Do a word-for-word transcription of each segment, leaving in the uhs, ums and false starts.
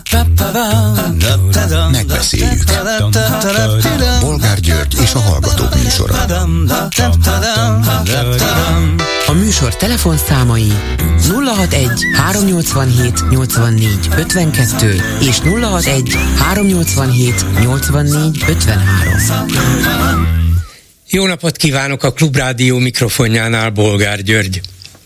Megbeszéljük. Bolgár György és a Hallgatók műsora. A műsor telefonszámai nulla hatvanegy háromnyolcvanhét nyolcvannégy ötvenkettő és nulla hatvanegy háromnyolcvanhét nyolcvannégy ötvenhárom. Jó napot kívánok, a Klubrádió mikrofonjánál Bolgár György.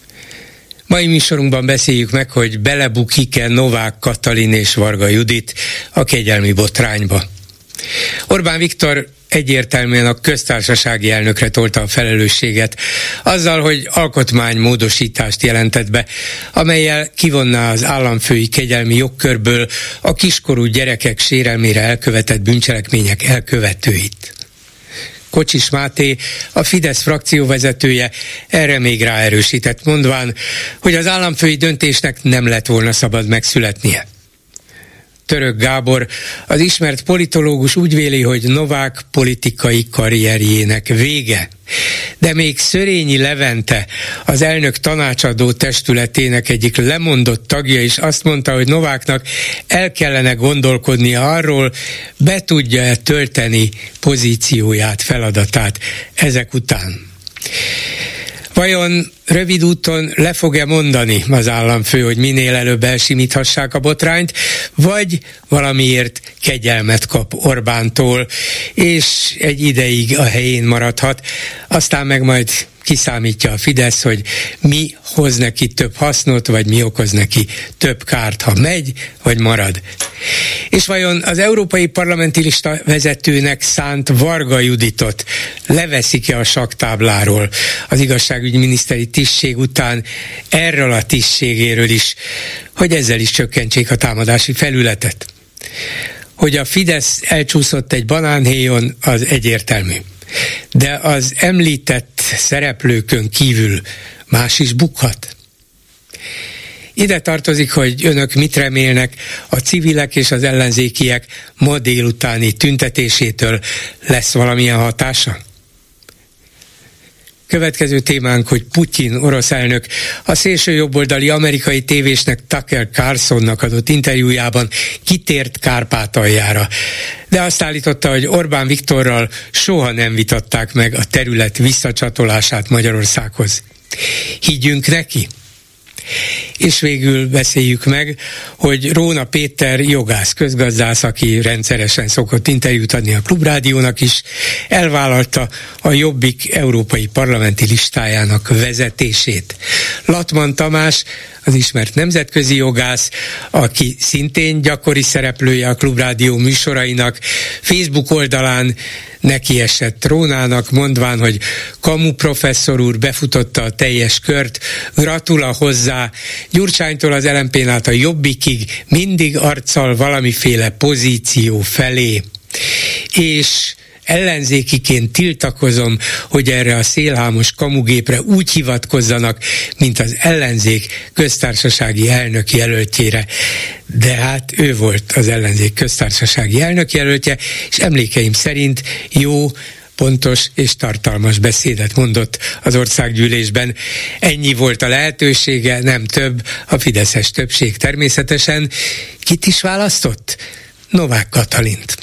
Mai műsorunkban beszéljük meg, hogy belebukik-e Novák Katalin és Varga Judit a kegyelmi botrányba. Orbán Viktor egyértelműen a köztársasági elnökre tolta a felelősséget, azzal, hogy alkotmánymódosítást jelentett be, amellyel kivonná az államfői kegyelmi jogkörből a kiskorú gyerekek sérelmére elkövetett bűncselekmények elkövetőit. Kocsis Máté, a Fidesz frakcióvezetője erre még ráerősített, mondván, hogy az államfői döntésnek nem lett volna szabad megszületnie. Török Gábor, az ismert politológus úgy véli, hogy Novák politikai karrierjének vége. De még Szörényi Levente, az elnök tanácsadó testületének egyik lemondott tagja is azt mondta, hogy Nováknak el kellene gondolkodnia arról, be tudja-e tölteni pozícióját, feladatát ezek után. Vajon rövid úton le fog-e mondani az államfő, hogy minél előbb elsimíthassák a botrányt, vagy valamiért kegyelmet kap Orbántól, és egy ideig a helyén maradhat, aztán meg majd kiszámítja a Fidesz, hogy mi hoz neki több hasznot, vagy mi okoz neki több kárt, ha megy, vagy marad. És vajon az európai parlamenti lista vezetőnek szánt Varga Juditot leveszik-e a sakktábláról az igazságügyi miniszteri tisztség után erről a tisztségéről is, hogy ezzel is csökkentsék a támadási felületet? Hogy a Fidesz elcsúszott egy banánhéjon, az egyértelmű. De az említett szereplőkön kívül más is bukhat? Ide tartozik, hogy önök mit remélnek a civilek és az ellenzékiek ma délutáni tüntetésétől, lesz valamilyen hatása? Következő témánk, hogy Putyin orosz elnök a szélső jobboldali amerikai tévésnek Tucker Carlsonnak adott interjújában kitért Kárpátaljára. De azt állította, hogy Orbán Viktorral soha nem vitatták meg a terület visszacsatolását Magyarországhoz. Higgyünk neki? És végül beszéljük meg, hogy Róna Péter jogász, közgazdász, aki rendszeresen szokott interjút adni a Klubrádiónak is, elvállalta a Jobbik európai parlamenti listájának vezetését. Latman Tamás, az ismert nemzetközi jogász, aki szintén gyakori szereplője a Klubrádió műsorainak, Facebook oldalán neki esett Rónának, mondván, hogy Kamu professzor úr befutotta a teljes kört, gratula hozzá, Gyurcsánytól az el em pén át a Jobbikig mindig arccal valamiféle pozíció felé. És ellenzékiként tiltakozom, hogy erre a szélhámos kamugépre úgy hivatkozzanak, mint az ellenzék köztársasági elnök jelöltjére. De hát ő volt az ellenzék köztársasági elnök jelöltje, és emlékeim szerint jó, pontos és tartalmas beszédet mondott az országgyűlésben. Ennyi volt a lehetősége, nem több, a fideszes többség természetesen. Kit is választott? Novák Katalint.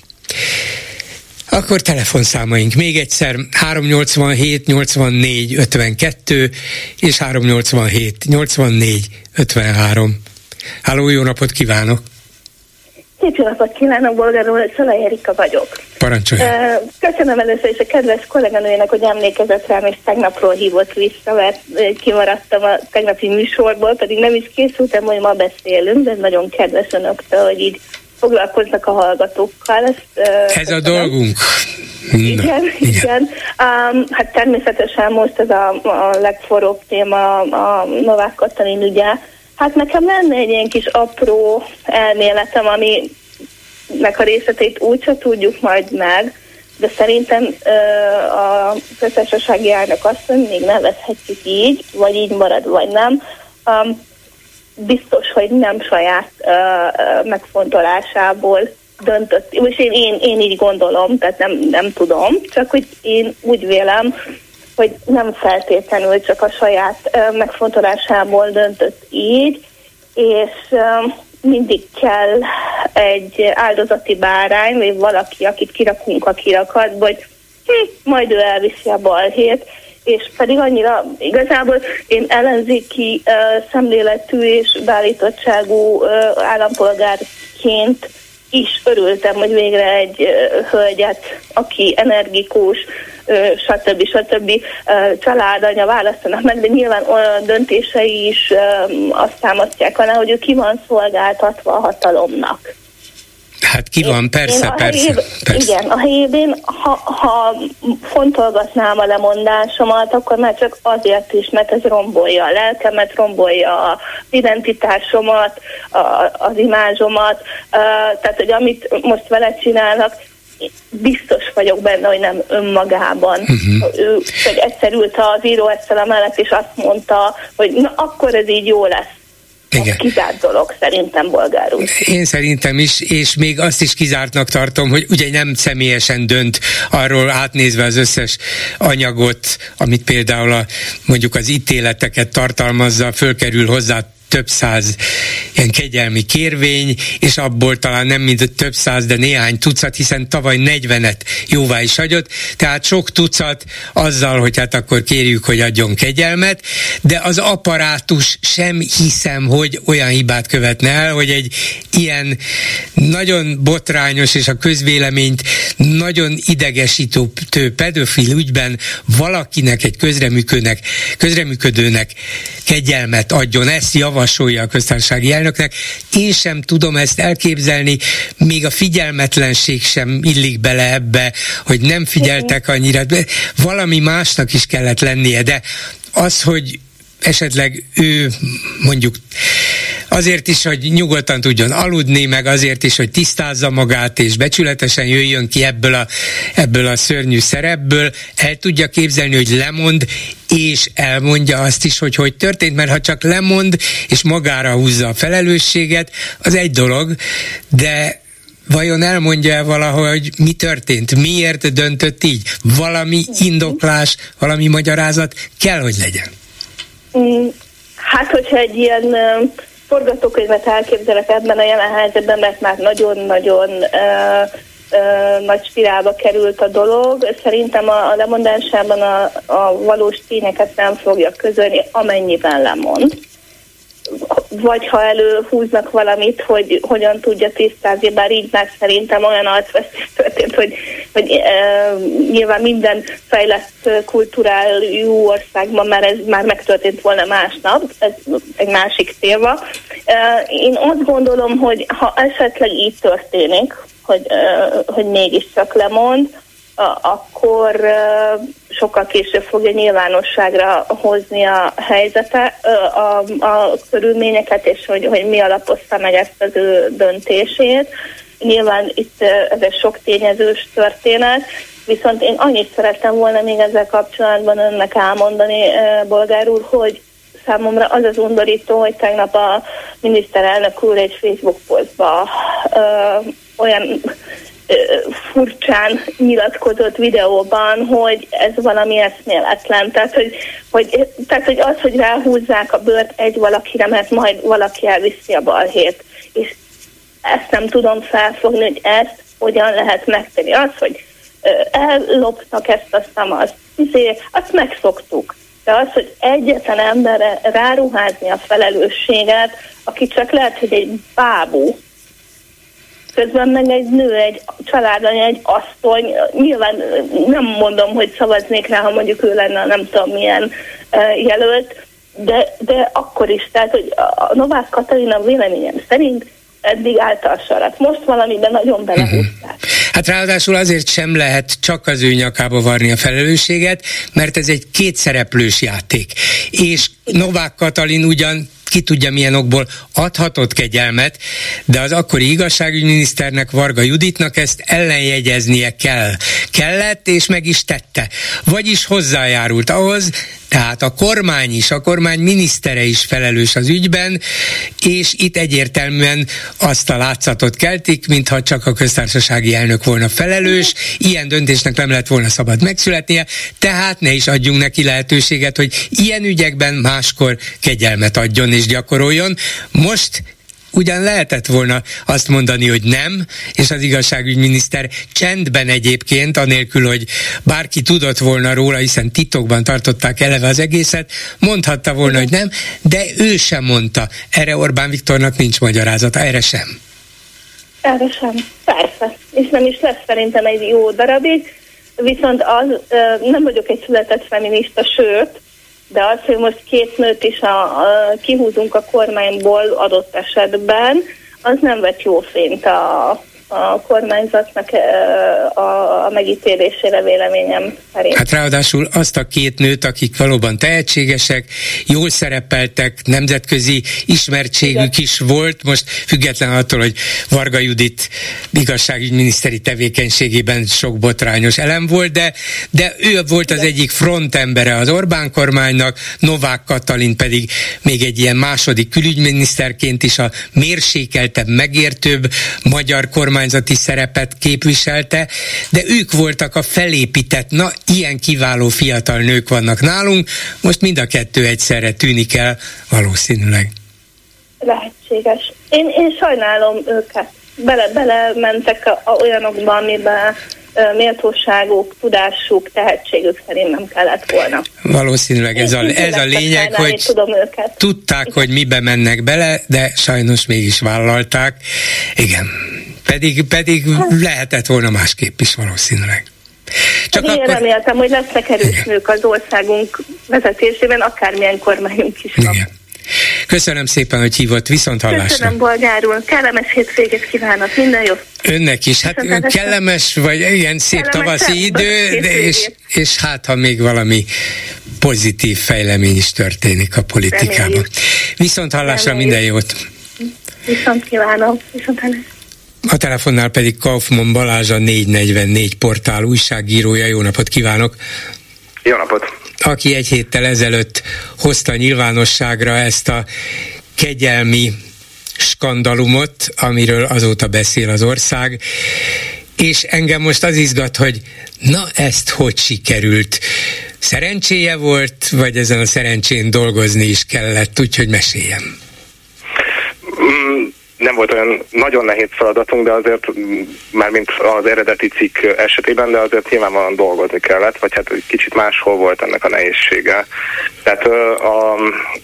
Akkor telefonszámaink még egyszer háromnyolcvanhét nyolcvannégy ötvenkettő és háromnyolcvanhét nyolcvannégy ötvenhárom. Háló, jó napot kívánok! Szép jó napot kívánok, Bolgár úr, Szalai Erika vagyok. Parancsolja! Köszönöm először is a kedves kolléganőjének, hogy emlékezett rám, és tegnapról hívott vissza, mert kimaradtam a tegnapi műsorból, pedig nem is készültem, hogy ma beszélünk, de nagyon kedves önöktől, hogy így foglalkoznak a hallgatókkal. Ezt, Ez a dolgunk. Igen, igen. igen. Um, hát természetesen most ez a, a legforróbb téma a Novák Katalin ügye. Hát nekem lenne egy ilyen kis apró elméletem, aminek a részletét úgyse tudjuk majd meg, de szerintem uh, a köztársasági elnök azt, hogy még nevezhetjük így, vagy így marad, vagy nem. Um, biztos, hogy nem saját uh, megfontolásából döntött. És én, én, én így gondolom, tehát nem, nem tudom, csak hogy én úgy vélem, hogy nem feltétlenül csak a saját uh, megfontolásából döntött így, és uh, mindig kell egy áldozati bárány, vagy valaki, akit kirakunk a kirakatba, hogy hm, majd ő elviszi a balhét, és pedig annyira igazából én ellenzéki uh, szemléletű és beállítottságú uh, állampolgárként is örültem, hogy végre egy uh, hölgyet, aki energikus, uh, stb. stb. Uh, családanya választanak meg, de nyilván olyan döntései is uh, azt támasztják alá, hogy ő ki van szolgáltatva a hatalomnak. Hát ki van, én, persze, én persze, helyébe, persze. Igen, a helyében, ha, ha fontolgatnám a lemondásomat, akkor már csak azért is, mert ez rombolja a lelkemet, rombolja az identitásomat, a, az imázsomat, uh, tehát, hogy amit most vele csinálnak, biztos vagyok benne, hogy nem önmagában. Uh-huh. Ő hogy egyszer ült az íróasztal mellett, és azt mondta, hogy na, akkor ez így jó lesz. Ez kizárt dolog szerintem, Bolgár úr. Én szerintem is, és még azt is kizártnak tartom, hogy ugye nem személyesen dönt arról, átnézve az összes anyagot, amit például a, mondjuk az ítéleteket tartalmazza, fölkerül hozzá több száz ilyen kegyelmi kérvény, és abból talán nem mind több száz, de néhány tucat, hiszen tavaly negyvenet jóvá is hagyott, tehát sok tucat azzal, hogy hát akkor kérjük, hogy adjon kegyelmet, de az apparátus sem hiszem, hogy olyan hibát követne el, hogy egy ilyen nagyon botrányos és a közvéleményt nagyon idegesítő pedofil ügyben valakinek, egy közreműködőnek, közreműködőnek kegyelmet adjon, ezt javasolja a köztársasági elnöknek. Én sem tudom ezt elképzelni, még a figyelmetlenség sem illik bele ebbe, hogy nem figyeltek annyira. Valami másnak is kellett lennie, de az, hogy esetleg ő mondjuk azért is, hogy nyugodtan tudjon aludni, meg azért is, hogy tisztázza magát, és becsületesen jöjjön ki ebből a, ebből a szörnyű szerepből, el tudja képzelni, hogy lemond, és elmondja azt is, hogy hogy történt, mert ha csak lemond, és magára húzza a felelősséget, az egy dolog, de vajon elmondja-e valahogy, mi történt, miért döntött így? Valami indoklás, valami magyarázat kell, hogy legyen. Hát, hogyha egy ilyen uh, forgatókönyvet elképzelek ebben a jelen helyzetben, mert már nagyon-nagyon uh, uh, nagy spirálba került a dolog, szerintem a, a lemondásában a, a valós tényeket nem fogja közölni, amennyiben lemond. Vagy ha előhúznak valamit, hogy hogyan tudja tisztázni, bár így már szerintem olyan arcvesztés történt, hogy, hogy e, nyilván minden fejlett kulturájú országban már ez már megtörtént volna másnap, ez egy másik téma. E, én azt gondolom, hogy ha esetleg így történik, hogy, e, hogy mégiscsak lemond, akkor sokkal később fogja nyilvánosságra hozni a helyzete, a, a körülményeket, és hogy, hogy mi alapozta meg ezt az ő döntését. Nyilván itt ez egy sok tényezős történet, viszont én annyit szerettem volna még ezzel kapcsolatban önnek elmondani, Bolgár úr, hogy számomra az az undorító, hogy tegnap a miniszterelnök úr egy Facebook posztba olyan furcsán nyilatkozott videóban, hogy ez valami eszméletlen. Tehát hogy, hogy, tehát, hogy az, hogy ráhúzzák a bőrt egy valakire, mert majd valaki elviszi a balhét. És ezt nem tudom felfogni, hogy ezt hogyan lehet megtenni. Az, hogy ellopnak ezt a szamazt, azt megszoktuk. De az, hogy egyetlen emberre ráruházni a felelősséget, aki csak lehet, hogy egy bábú, közben meg egy nő, egy családanya, egy asszony, nyilván nem mondom, hogy szavaznék rá, ha mondjuk ő lenne, nem tudom milyen uh, jelölt, de, de akkor is, tehát, hogy a Novák Katalin véleményem szerint eddig állta a sarat. Most valamiben nagyon belehúzták. Hát ráadásul azért sem lehet csak az ő nyakába varni a felelősséget, mert ez egy kétszereplős játék. És Novák Katalin ugyan ki tudja milyen okból adhatott kegyelmet, de az akkori igazságügyminiszternek, Varga Juditnak ezt ellenjegyeznie kell. Kellett, és meg is tette. Vagyis hozzájárult ahhoz, tehát a kormány is, a kormány minisztere is felelős az ügyben, és itt egyértelműen azt a látszatot keltik, mintha csak a köztársasági elnök volna felelős, ilyen döntésnek nem lett volna szabad megszületnie, tehát ne is adjunk neki lehetőséget, hogy ilyen ügyekben máskor kegyelmet adjon és gyakoroljon. Most ugyan lehetett volna azt mondani, hogy nem, és az igazságügyminiszter csendben egyébként, anélkül, hogy bárki tudott volna róla, hiszen titokban tartották eleve az egészet, mondhatta volna, hogy nem, de ő sem mondta. Erre Orbán Viktornak nincs magyarázata, erre sem. Erre sem, persze. És nem is lesz szerintem egy jó darabig, viszont az, nem vagyok egy született feminista, sőt, de az, hogy most két nőt is a, a, kihúzunk a kormányból adott esetben, az nem vett jó fényt a, a kormányzatnak a, a megítélésére, véleményem szerint. Hát ráadásul azt a két nőt, akik valóban tehetségesek, jól szerepeltek, nemzetközi ismertségük Igen. is volt, most független attól, hogy Varga Judit igazságügyminiszteri tevékenységében sok botrányos elem volt, de, de ő volt az Igen. egyik frontembere az Orbán kormánynak, Novák Katalin pedig még egy ilyen második külügyminiszterként is a mérsékeltebb, megértőbb magyar kormányzati szerepet képviselte, de ők voltak a felépített, na ilyen kiváló fiatal nők vannak nálunk, most mind a kettő egyszerre tűnik el, valószínűleg. Lehetséges. Én, én sajnálom őket. Bele, bele mentek a, a olyanokba, amiben méltóságuk, tudásuk, tehetségük szerint nem kellett volna. Valószínűleg ez a, ez a lényeg, hogy tudták, hogy mibe mennek bele, de sajnos mégis vállalták. Igen. Pedig, pedig lehetett volna másképp is valószínűleg. Csak én akkor... reméltem, hogy lesznek erős nők az országunk vezetésében, akármilyen kormányunk is van. Igen. Köszönöm szépen, hogy hívott, viszont hallásra. Köszönöm, Bolgár úr, kellemes hétvégét kívánok, minden jó. Önnek is, hát Köszönöm, kellemes, vagy ilyen szép kellemes tavaszi idő, de és, és hát ha még valami pozitív fejlemény is történik a politikában. Reméljük. Viszont hallásra, Reméljük. Minden jót. Viszont kívánom, viszont hallásra. A telefonnál pedig Kaufmann Balázs, a négy negyvennégy portál újságírója. Jó napot kívánok! Jó napot! Aki egy héttel ezelőtt hozta nyilvánosságra ezt a kegyelmi skandalumot, amiről azóta beszél az ország, és engem most az izgat, hogy na ezt hogy sikerült? Szerencséje volt, vagy ezen a szerencsén dolgozni is kellett, úgyhogy meséljem. Mm. Nem volt olyan nagyon nehéz feladatunk, de azért mármint az eredeti cikk esetében, de azért nyilvánvalóan dolgozni kellett, vagy hát kicsit máshol volt ennek a nehézsége. Tehát a, a,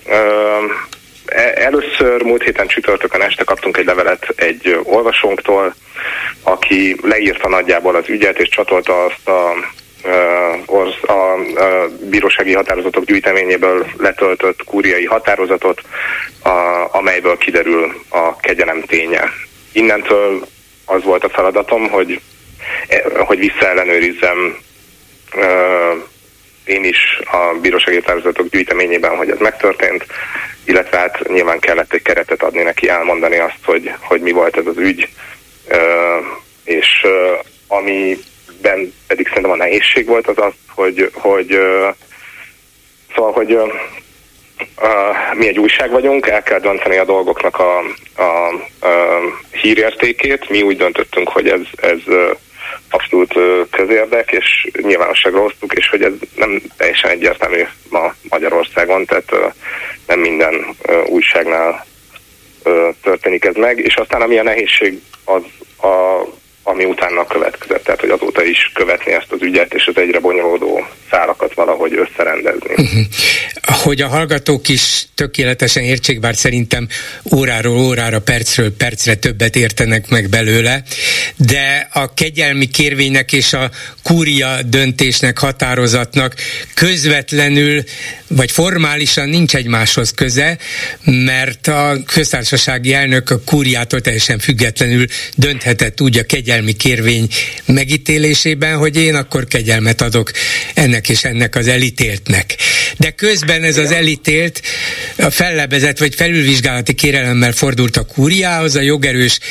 először múlt héten csütörtökön este kaptunk egy levelet egy olvasónktól, aki leírta nagyjából az ügyet, és csatolta azt a a, a, a bírósági határozatok gyűjteményéből letöltött kúriai határozatot, a, amelyből kiderül a kegyelem ténye. Innentől az volt a feladatom, hogy, hogy visszaellenőrizzem uh, én is a bírósági határozatok gyűjteményében, hogy ez megtörtént, illetve hát nyilván kellett egy keretet adni neki, elmondani azt, hogy, hogy mi volt ez az ügy, uh, és uh, ami ben pedig szerintem a nehézség volt az az, hogy, hogy uh, szóval, hogy uh, uh, mi egy újság vagyunk, el kell dönteni a dolgoknak a, a, a hírértékét. Mi úgy döntöttünk, hogy ez, ez uh, abszolút uh, közérdek, és nyilvánosságra hoztuk, és hogy ez nem teljesen egyértelmű ma Magyarországon, tehát uh, nem minden uh, újságnál uh, történik ez meg, és aztán ami a nehézség az a ami utána következett, tehát hogy azóta is követni ezt az ügyet, és az egyre bonyolódó szálakat valahogy összerendezni. Uh-huh. Hogy a hallgatók is tökéletesen értsék, bár szerintem óráról órára, percről percre többet értenek meg belőle, de a kegyelmi kérvénynek és a kúria döntésnek, határozatnak közvetlenül, vagy formálisan nincs egymáshoz köze, mert a köztársasági elnök a kúriától teljesen függetlenül dönthetett úgy a kegyelmi kérvény megítélésében, hogy én akkor kegyelmet adok ennek és ennek az elítéltnek. De közben ez az elítélt a fellebezett vagy felülvizsgálati kérelemmel fordult a kúriához, a jogerős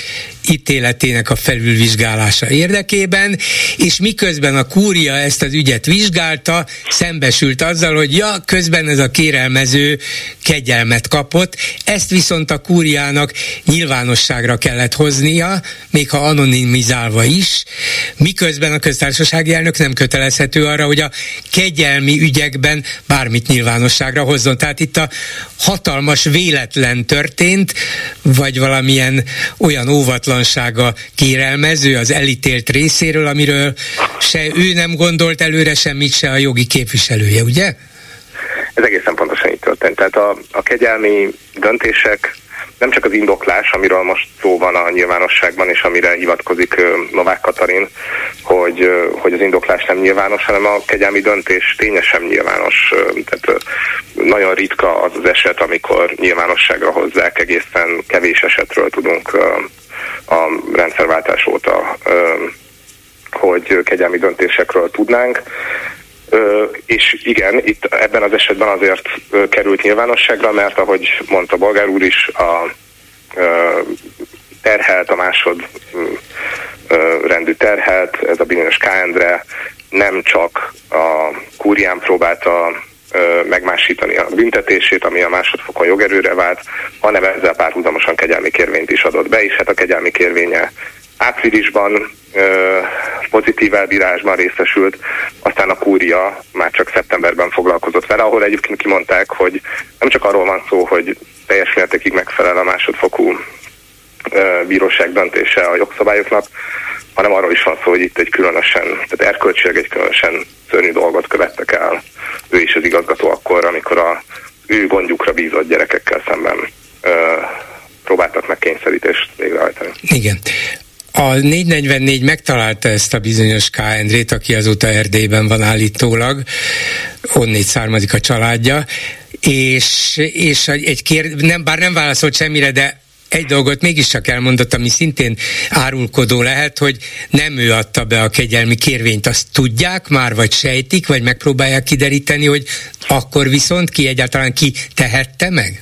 ítéletének a felülvizsgálása érdekében, és miközben a kúria ezt az ügyet vizsgálta, szembesült azzal, hogy ja, közben ez a kérelmező kegyelmet kapott, ezt viszont a kúriának nyilvánosságra kellett hoznia, még ha anonimizálva is, miközben a köztársasági elnök nem kötelezhető arra, hogy a kegyelmi ügyekben bármit nyilvánosságra hozzon. Tehát itt a hatalmas véletlen történt, vagy valamilyen olyan óvatlansága kérelmező az elítélt részéről, amiről se ő nem gondolt előre semmit, se a jogi képviselője, ugye? Ez egészen pontosan így történt. Tehát a, a kegyelmi döntések, nem csak az indoklás, amiről most szó van a nyilvánosságban, és amire hivatkozik Novák Katalin, hogy, hogy az indoklás nem nyilvános, hanem a kegyelmi döntés tényesen nyilvános. Tehát nagyon ritka az az eset, amikor nyilvánosságra hozzák, egészen kevés esetről tudunk a rendszerváltás óta, hogy kegyelmi döntésekről tudnánk. Ö, és igen, itt ebben az esetben azért ö, került nyilvánosságra, mert ahogy mondta Bolgár úr is, a ö, terhelt, a másod ö, rendű terhelt, ez a bizonyos K. Endre nem csak a kúrián próbálta ö, megmásítani a büntetését, ami a másodfokon jogerőre vált, hanem ezzel párhuzamosan kegyelmi kérvényt is adott be, és hát a kegyelmi kérvénye áprilisban ö, pozitív elbírásban részesült, aztán a kúria már csak szeptemberben foglalkozott vele, ahol egyébként kimondták, hogy nem csak arról van szó, hogy teljes mértékig megfelel a másodfokú ö, bíróság döntése a jogszabályoknak, hanem arról is van szó, hogy itt egy különösen, tehát erkölcsileg egy különösen szörnyű dolgot követtek el ő is az igazgató akkor, amikor a ő gondjukra bízott gyerekekkel szemben ö, próbáltak meg kényszerítést végrehajtani. Igen. A négy negyvennégy megtalálta ezt a bizonyos K. Endrét, aki azóta Erdélyben van állítólag, onnét származik a családja, és, és egy kér, nem, bár nem válaszolt semmire, de egy dolgot mégiscsak elmondott, ami szintén árulkodó lehet, hogy nem ő adta be a kegyelmi kérvényt. Azt tudják már, vagy sejtik, vagy megpróbálják kideríteni, hogy akkor viszont ki egyáltalán ki tehette meg?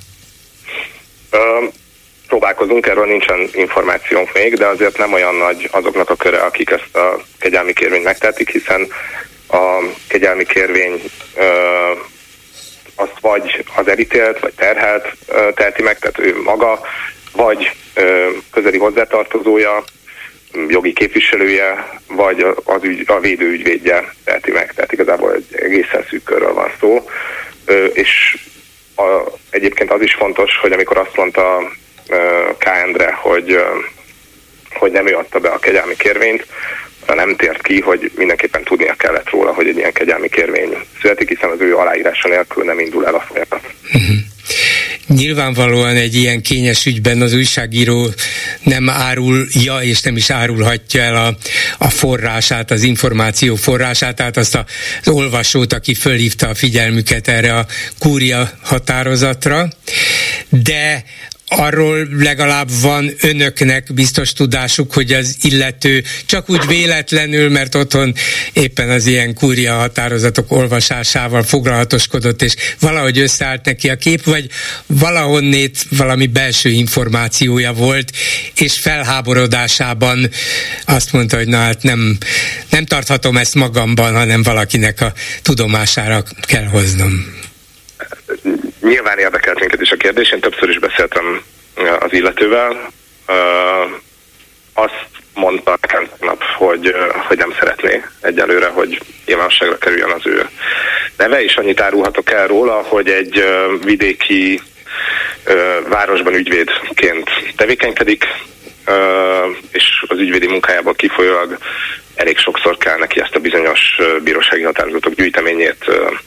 Um. Próbálkozunk, erről nincsen információnk még, de azért nem olyan nagy azoknak a köre, akik ezt a kegyelmi kérvényt megtehetik, hiszen a kegyelmi kérvény ö, azt vagy az elítélt, vagy terhelt ö, teheti meg, tehát ő maga, vagy ö, közeli hozzátartozója, jogi képviselője, vagy az ügy, a védőügyvédje teheti meg, tehát igazából egy egészen szűk körről van szó, ö, és a, egyébként az is fontos, hogy amikor azt mondta K. Endre, hogy, hogy nem ő adta be a kegyelmi kérvényt, nem tért ki, hogy mindenképpen tudnia kellett róla, hogy egy ilyen kegyelmi kérvény születik, hiszen az ő aláírása nélkül nem indul el a folyamat. Uh-huh. Nyilvánvalóan egy ilyen kényes ügyben az újságíró nem árulja és nem is árulhatja el a, a forrását, az információ forrását, tehát azt az olvasót, aki fölhívta a figyelmüket erre a kúria határozatra, de arról legalább van önöknek biztos tudásuk, hogy az illető csak úgy véletlenül, mert otthon éppen az ilyen kúria határozatok olvasásával foglalatoskodott, és valahogy összeállt neki a kép, vagy valahonnét valami belső információja volt, és felháborodásában azt mondta, hogy na hát nem, nem tarthatom ezt magamban, hanem valakinek a tudomására kell hoznom. Nyilván érdekelt minket is a kérdés, én többször is beszéltem az illetővel. Azt mondta tegnap, hogy, hogy nem szeretné egyelőre, hogy nyilvánosságra kerüljön az ő neve, és annyit árulhatok el róla, hogy egy vidéki városban ügyvédként tevékenykedik, és az ügyvédi munkájából kifolyólag elég sokszor kell neki ezt a bizonyos bírósági határozatok gyűjteményét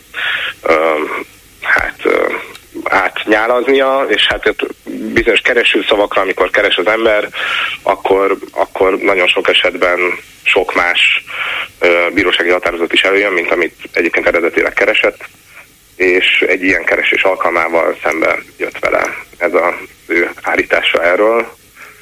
hát átnyálaznia, és hát bizonyos keresőszavakra, amikor keres az ember, akkor, akkor nagyon sok esetben sok más bírósági határozat is előjön, mint amit egyébként eredetileg keresett, és egy ilyen keresés alkalmával szembe jött vele ez az ő állítása erről.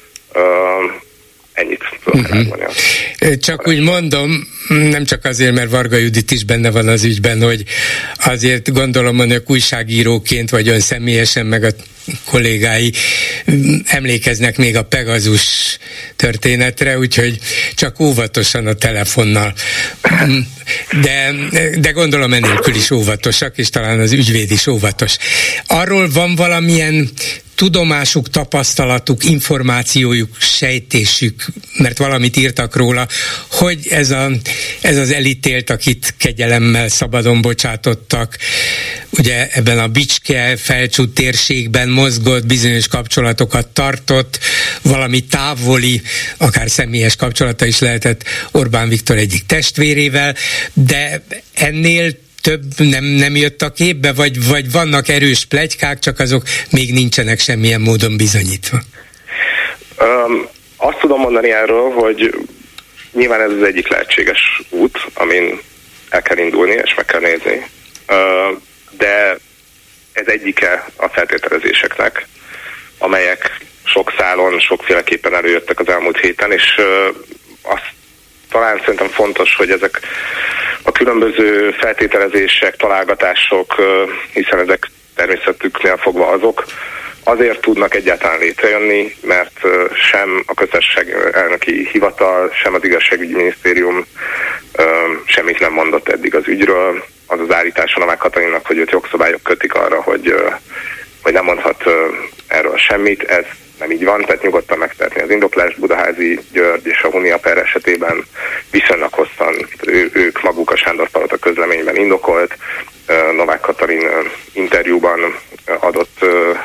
Ennyit tudok uh-huh. elmondani. Csak úgy mondom, nem csak azért, mert Varga Judit is benne van az ügyben, hogy azért gondolom önök újságíróként, vagy ön személyesen, meg a kollégái emlékeznek még a Pegazus történetre, úgyhogy csak óvatosan a telefonnal. De, de gondolom enélkül is óvatosak, és talán az ügyvéd is óvatos. Arról van valamilyen tudomásuk, tapasztalatuk, információjuk, sejtésük, mert valamit írtak róla, hogy ez, a, ez az elítélt, akit kegyelemmel szabadon bocsátottak, ugye ebben a Bicske Felcsút térségben mozgott, bizonyos kapcsolatokat tartott, valami távoli, akár személyes kapcsolata is lehetett Orbán Viktor egyik testvérével, de ennél több nem, nem jött a képbe, vagy, vagy vannak erős pletykák, csak azok még nincsenek semmilyen módon bizonyítva? Um, azt tudom mondani erről, hogy nyilván ez az egyik lehetséges út, amin el kell indulni, és meg kell nézni. Uh, de ez egyike a feltételezéseknek, amelyek sok szálon, sokféleképpen előjöttek az elmúlt héten, és uh, azt talán szerintem fontos, hogy ezek a különböző feltételezések, találgatások, hiszen ezek természetüknél fogva azok, azért tudnak egyáltalán létrejönni, mert sem a köztársasági elnöki hivatal, sem az igazságügyi minisztérium semmit nem mondott eddig az ügyről. Az az állítása Novák Katalinnak, hogy őt jogszabályok kötik arra, hogy, hogy nem mondhat erről semmit. Ez nem így van, tehát nyugodtan megtehetni az indoklást. Budaházy György és a Huniaper esetében viszonylag hosszan ő, ők maguk a Sándor Palota közleményben indokolt. Novák Katalin interjúban adott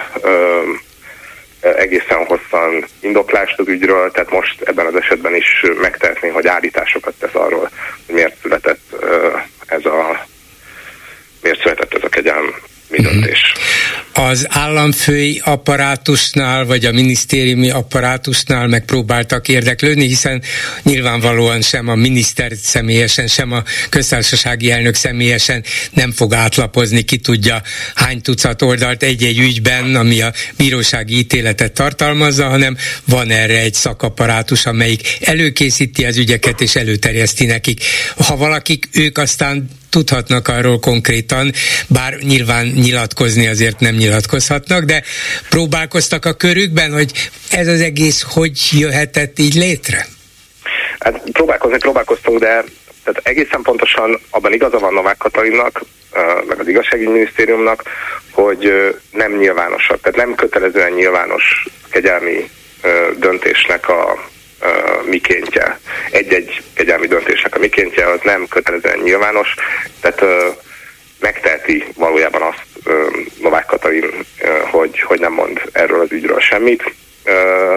egészen hosszan indoklást az ügyről, tehát most ebben az esetben is megtehetné, hogy állításokat tesz arról, hogy miért született ez a miért született ez a kegyelmi döntés. Az államfői apparátusnál, vagy a minisztériumi apparátusnál megpróbáltak érdeklődni, hiszen nyilvánvalóan sem a miniszter személyesen, sem a köztársasági elnök személyesen nem fog átlapozni, ki tudja hány tucat oldalt egy-egy ügyben, ami a bírósági ítéletet tartalmazza, hanem van erre egy szakapparátus, amelyik előkészíti az ügyeket és előterjeszti nekik. Ha valakik, ők aztán tudhatnak arról konkrétan, bár nyilván nyilatkozni azért nem nyilatkozhatnak, de próbálkoztak a körükben, hogy ez az egész hogy jöhetett így létre? Hát próbálkozni próbálkoztunk, de tehát egészen pontosan abban igaza van Novák Katalinnak, meg az igazságügyi minisztériumnak, hogy nem nyilvánosak, tehát nem kötelezően nyilvános kegyelmi döntésnek a mikéntje. Egy-egy kegyelmi döntésnek a mikéntje az nem kötelezően nyilvános, tehát ö, megteheti valójában azt ö, Novák Katalin, ö, hogy, hogy nem mond erről az ügyről semmit. Ö,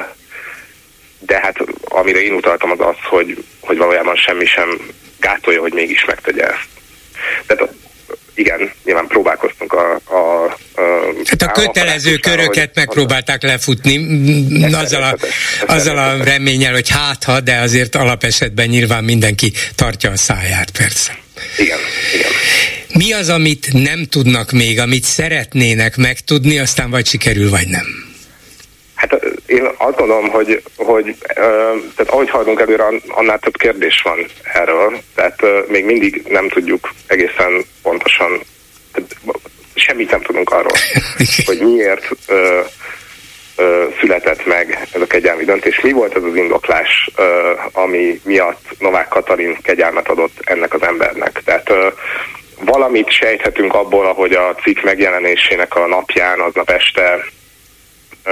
de hát amire én utaltam az az, hogy, hogy valójában semmi sem gátolja, hogy mégis megtegye ezt. Tehát igen, nyilván próbálkoztunk a... a, a hát a kötelező köröket hogy, megpróbálták lefutni, azzal a, azzal a reménnyel, hogy hát ha, de azért alapesetben nyilván mindenki tartja a száját, persze. Igen, igen. Mi az, amit nem tudnak még, amit szeretnének megtudni, aztán vagy sikerül, vagy nem? Hát én azt gondolom, hogy, hogy tehát ahogy haladunk előre, annál több kérdés van erről, tehát még mindig nem tudjuk egészen pontosan, semmit nem tudunk arról, hogy miért ö, ö, született meg ez a kegyelmi döntés, mi volt ez az indoklás, ö, ami miatt Novák Katalin kegyelmet adott ennek az embernek. Tehát ö, valamit sejthetünk abból, ahogy a cikk megjelenésének a napján, aznap este ö,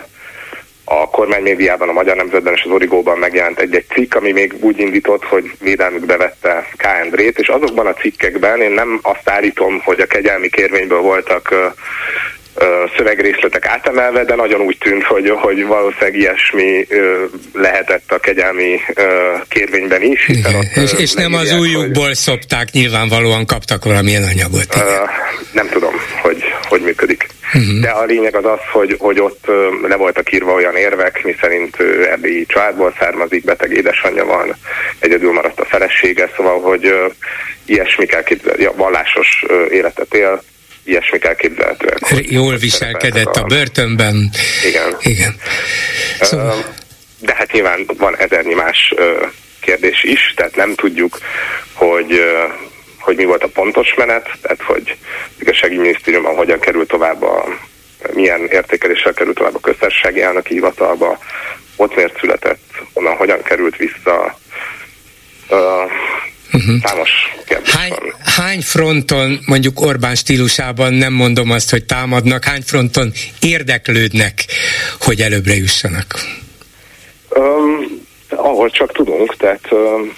a kormánymédiában, a Magyar Nemzetben és az Origóban megjelent egy-egy cikk, ami még úgy indított, hogy védelmükbe vette K. Endrét, és azokban a cikkekben én nem azt állítom, hogy a kegyelmi kérvényből voltak ö, ö, szövegrészletek átemelve, de nagyon úgy tűnt, hogy, hogy valószínűleg ilyesmi ö, lehetett a kegyelmi ö, kérvényben is. Igen, ott, és, és nem az újjukból hogy, szopták, nyilvánvalóan kaptak valamilyen anyagot. Ö, nem tudom, hogy, hogy működik. Uh-huh. De a lényeg az az, hogy, hogy ott le voltak írva olyan érvek, miszerint erdélyi családból származik, beteg édesanyja van, egyedül maradt a felesége, szóval, hogy uh, ilyesmi kell képzelni, vallásos uh, életet él, ilyesmi kell képzelhetőek. Jól viselkedett a, a börtönben. Igen. Igen. Szóval... Uh, de hát nyilván van ezernyi más uh, kérdés is, tehát nem tudjuk, hogy... Uh, hogy mi volt a pontos menet, tehát hogy igazságügyi minisztériumban hogyan kerül tovább a, milyen értékeléssel került tovább a köztársasági elnöki hivatalba, ott miért született, onnan hogyan került vissza. Uh, uh-huh. Számos kérdés hány, van. Hány fronton, mondjuk Orbán stílusában, nem mondom azt, hogy támadnak, hány fronton érdeklődnek, hogy előbbre jussanak? Um, ahol csak tudunk, tehát um,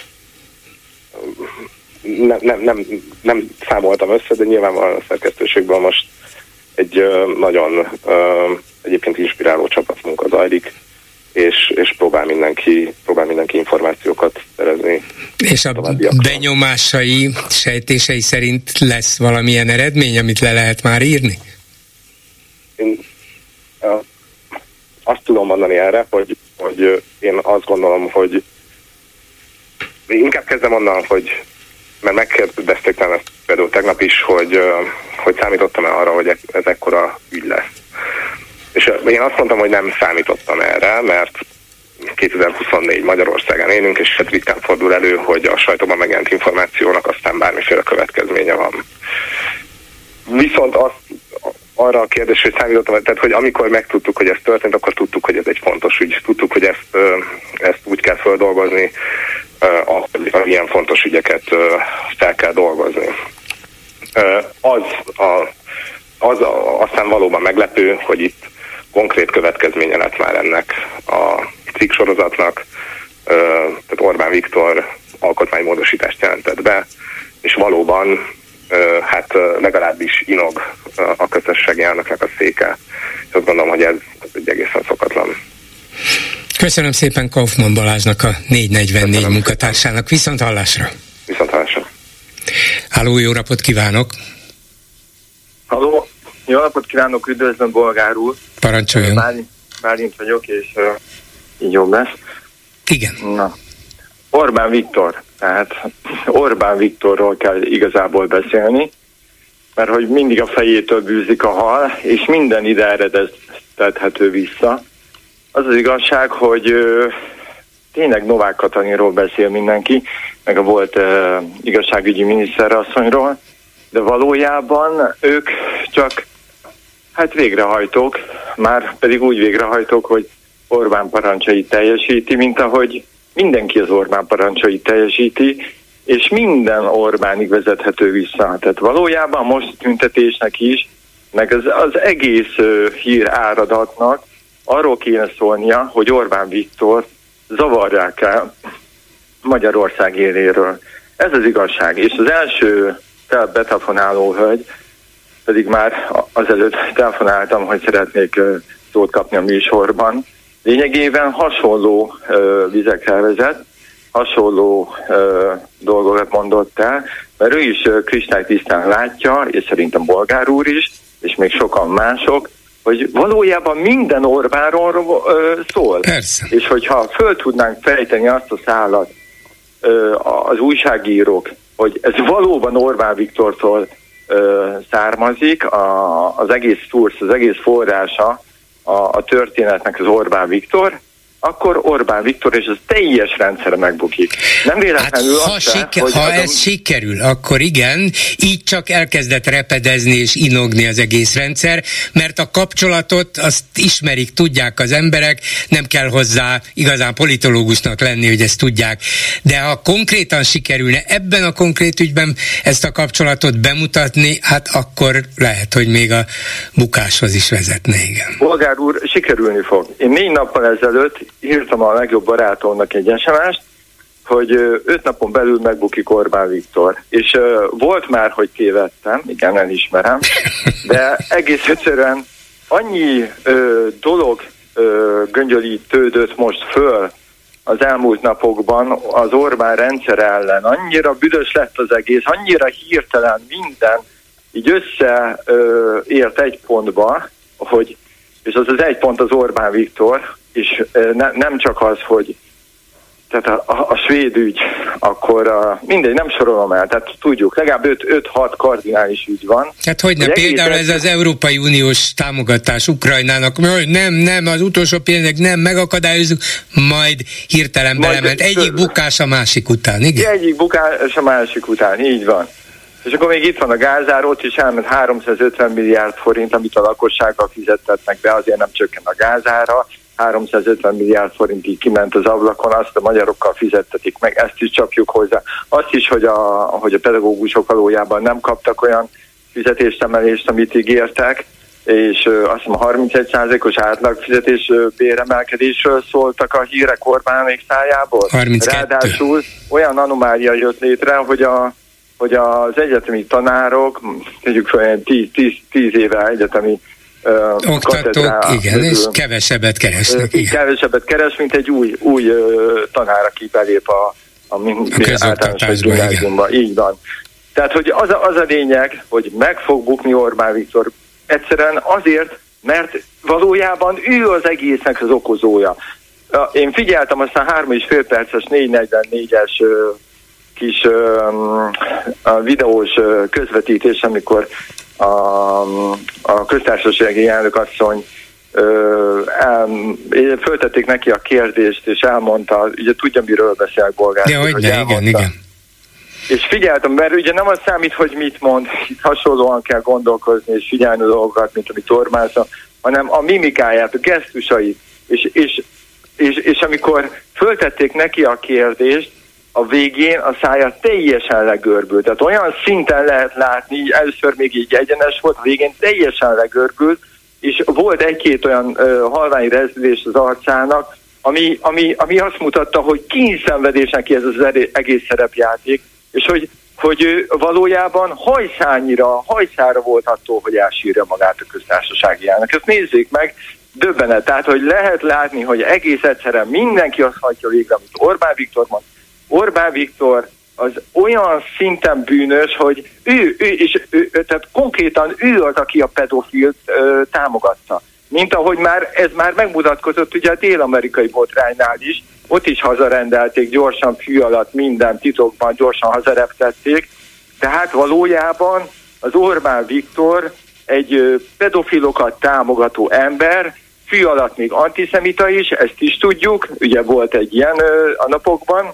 nem, nem, nem, nem számoltam össze, de nyilvánvalóan a szerkesztőségből most egy uh, nagyon uh, egyébként inspiráló csapatmunka zajlik, és, és próbál mindenki, próbál mindenki információkat szerezni. És a benyomásai, sejtései szerint lesz valamilyen eredmény, amit le lehet már írni? Én uh, azt tudom mondani erre, hogy, hogy én azt gondolom, hogy inkább kezdem onnan, hogy mert megkérdezték talán ezt például tegnap is, hogy, hogy számítottam-e arra, hogy ez ekkora ügy lesz. És én azt mondtam, hogy nem számítottam erre, mert kétezer-huszonnégy Magyarországon élünk, és hát ritkán fordul elő, hogy a sajtóban megjelent információnak aztán bármiféle következménye van. Viszont azt, arra a kérdés, hogy számítottam, tehát hogy amikor megtudtuk, hogy ez történt, akkor tudtuk, hogy ez egy fontos ügy. Tudtuk, hogy ezt, ezt úgy kell földolgozni, ahogy ilyen fontos ügyeket fel kell dolgozni. Az, a, az a, aztán valóban meglepő, hogy itt konkrét következménye lett már ennek a cikksorozatnak, tehát Orbán Viktor alkotmánymódosítást jelentett be, és valóban hát legalábbis inog a köztársasági elnöknek a széke. És azt gondolom, hogy ez egy egészen szokatlan. Köszönöm szépen Kaufmann Balázsnak, a négy negyvennégy Köszönöm munkatársának. Viszont hallásra! Viszont hallásra! Halló, jó napot kívánok! Halló, jó napot kívánok, üdvözlöm Bolgár úr! Parancsoljon! Bálint, Bálint vagyok, és uh, így jobb lesz. Igen. Na. Orbán Viktor, tehát Orbán Viktorról kell igazából beszélni, mert hogy mindig a fejétől bűzik a hal, és minden ide eredeztethető vissza. Az az igazság, hogy ö, tényleg Novák Katalinról beszél mindenki, meg a volt ö, igazságügyi miniszterasszonyról, de valójában ők csak hát végrehajtók, már pedig úgy végrehajtók, hogy Orbán parancsait teljesíti, mint ahogy mindenki az Orbán parancsait teljesíti, és minden Orbánig vezethető vissza. Tehát valójában most tüntetésnek is, meg az, az egész ö, hír áradatnak arról kéne szólnia, hogy Orbán Viktor zavarják el Magyarország éléről. Ez az igazság. És az első betelefonáló hölgy, pedig már azelőtt telefonáltam, hogy szeretnék szót kapni a műsorban. Lényegében hasonló ö, vizekre vezet, hasonló ö, dolgokat mondott el, mert ő is kristálytisztán látja, és szerintem Bolgár úr is, és még sokan mások, hogy valójában minden Orbánról ö, szól. Persze. És hogyha föl tudnánk fejteni azt a szálat ö, az újságírók, hogy ez valóban Orbán Viktortól ö, származik, a, az egész source, az egész forrása a, a történetnek az Orbán Viktor, akkor Orbán Viktor és az teljes rendszere megbukik. Nem véletlenül hát, ha, azt siker, se, hogy ha ez a... sikerül, akkor igen, így csak elkezdett repedezni és inogni az egész rendszer, mert a kapcsolatot azt ismerik, tudják az emberek, nem kell hozzá igazán politológusnak lenni, hogy ezt tudják. De ha konkrétan sikerülne ebben a konkrét ügyben ezt a kapcsolatot bemutatni, hát akkor lehet, hogy még a bukáshoz is vezetne, igen. Bolgár úr, sikerülni fog. Én négy nappal ezelőtt írtam a legjobb barátomnak egy es em est, hogy öt napon belül megbukik Orbán Viktor. És uh, volt már, hogy tévedtem, igen, elismerem, de egész egyszerűen annyi uh, dolog uh, göngyölítődött most föl az elmúlt napokban az Orbán rendszer ellen. Annyira büdös lett az egész, annyira hirtelen minden így összeért uh, egy pontba, hogy, és az az egy pont az Orbán Viktor, és ne, nem csak az, hogy tehát a, a, a svéd ügy, akkor a, mindegy, nem sorolom el, tehát tudjuk, legalább öt-hat kardinális ügy van. Hát hogyne, például ez az Európai Uniós támogatás Ukrajnának, nem, nem, az utolsó pénznek nem, megakadályozunk, majd hirtelen belement. Egyik bukás a másik után, igen? Egyik bukás a másik után, így van. És akkor még itt van a gázár, ott is elment háromszázötven milliárd forint, amit a lakossággal fizettetnek be, azért nem csökken a gázára. háromszázötven milliárd forint így kiment az ablakon, azt a magyarokkal fizettetik meg, ezt is csapjuk hozzá. Azt is, hogy a, hogy a pedagógusok valójában nem kaptak olyan fizetésemelést, amit ígértek, és azt hiszem a harmincegy százalékos átlag fizetés béremelkedésről szóltak a hírek Orbánék szájából. harminckettő. Ráadásul olyan anomália jött létre, hogy a hogy az egyetemi tanárok, tegyük fel tíz éve egyetemi uh, oktatók, igen, és kevesebbet keresnek. Uh, kevesebbet keres, mint egy új, új uh, tanár, aki belép a, a, a közoktatásba, igen. Így van. Tehát, hogy az a, az a lényeg, hogy meg fog bukni Orbán Viktor egyszerűen azért, mert valójában ő az egésznek az okozója. Uh, én figyeltem azt a három és fél perces négy negyvennégyes uh, kis uh, a videós uh, közvetítés, amikor a, a köztársasági elnök asszony uh, föltették neki a kérdést, és elmondta, ugye tudja, miről beszél Bolgár. Ja, hogy ne, igen, igen. És figyeltem, mert ugye nem az számít, hogy mit mond, itt hasonlóan kell gondolkozni és figyelni a dolgokat, mint amit Orbán szó, hanem a mimikáját, a gesztusait. És, és, és, és amikor föltették neki a kérdést, a végén a szája teljesen legörbült. Tehát olyan szinten lehet látni, így először még így egyenes volt, a végén teljesen legörbült, és volt egy-két olyan uh, halvány rezdülés az arcának, ami, ami, ami azt mutatta, hogy kényszenvedés neki ez az egész szerepjáték, és hogy, hogy ő valójában hajszányira, hajszára volt attól, hogy elsírja magát a köztársasági elnök. Ezt nézzék meg, döbbenet. Tehát, hogy lehet látni, hogy egész egyszerűen mindenki azt hagyja végre, amit Orbán Viktor mond. Orbán Viktor az olyan szinten bűnös, hogy ő, ő és ő, tehát konkrétan ő az, aki a pedofilt ö, támogatta. Mint ahogy már ez már megmutatkozott ugye a dél-amerikai botránynál is, ott is hazarendelték, gyorsan fű alatt minden titokban gyorsan hazareptették. Tehát valójában az Orbán Viktor egy ö, pedofilokat támogató ember, fű alatt még antiszemita is, ezt is tudjuk, ugye volt egy ilyen ö, a napokban.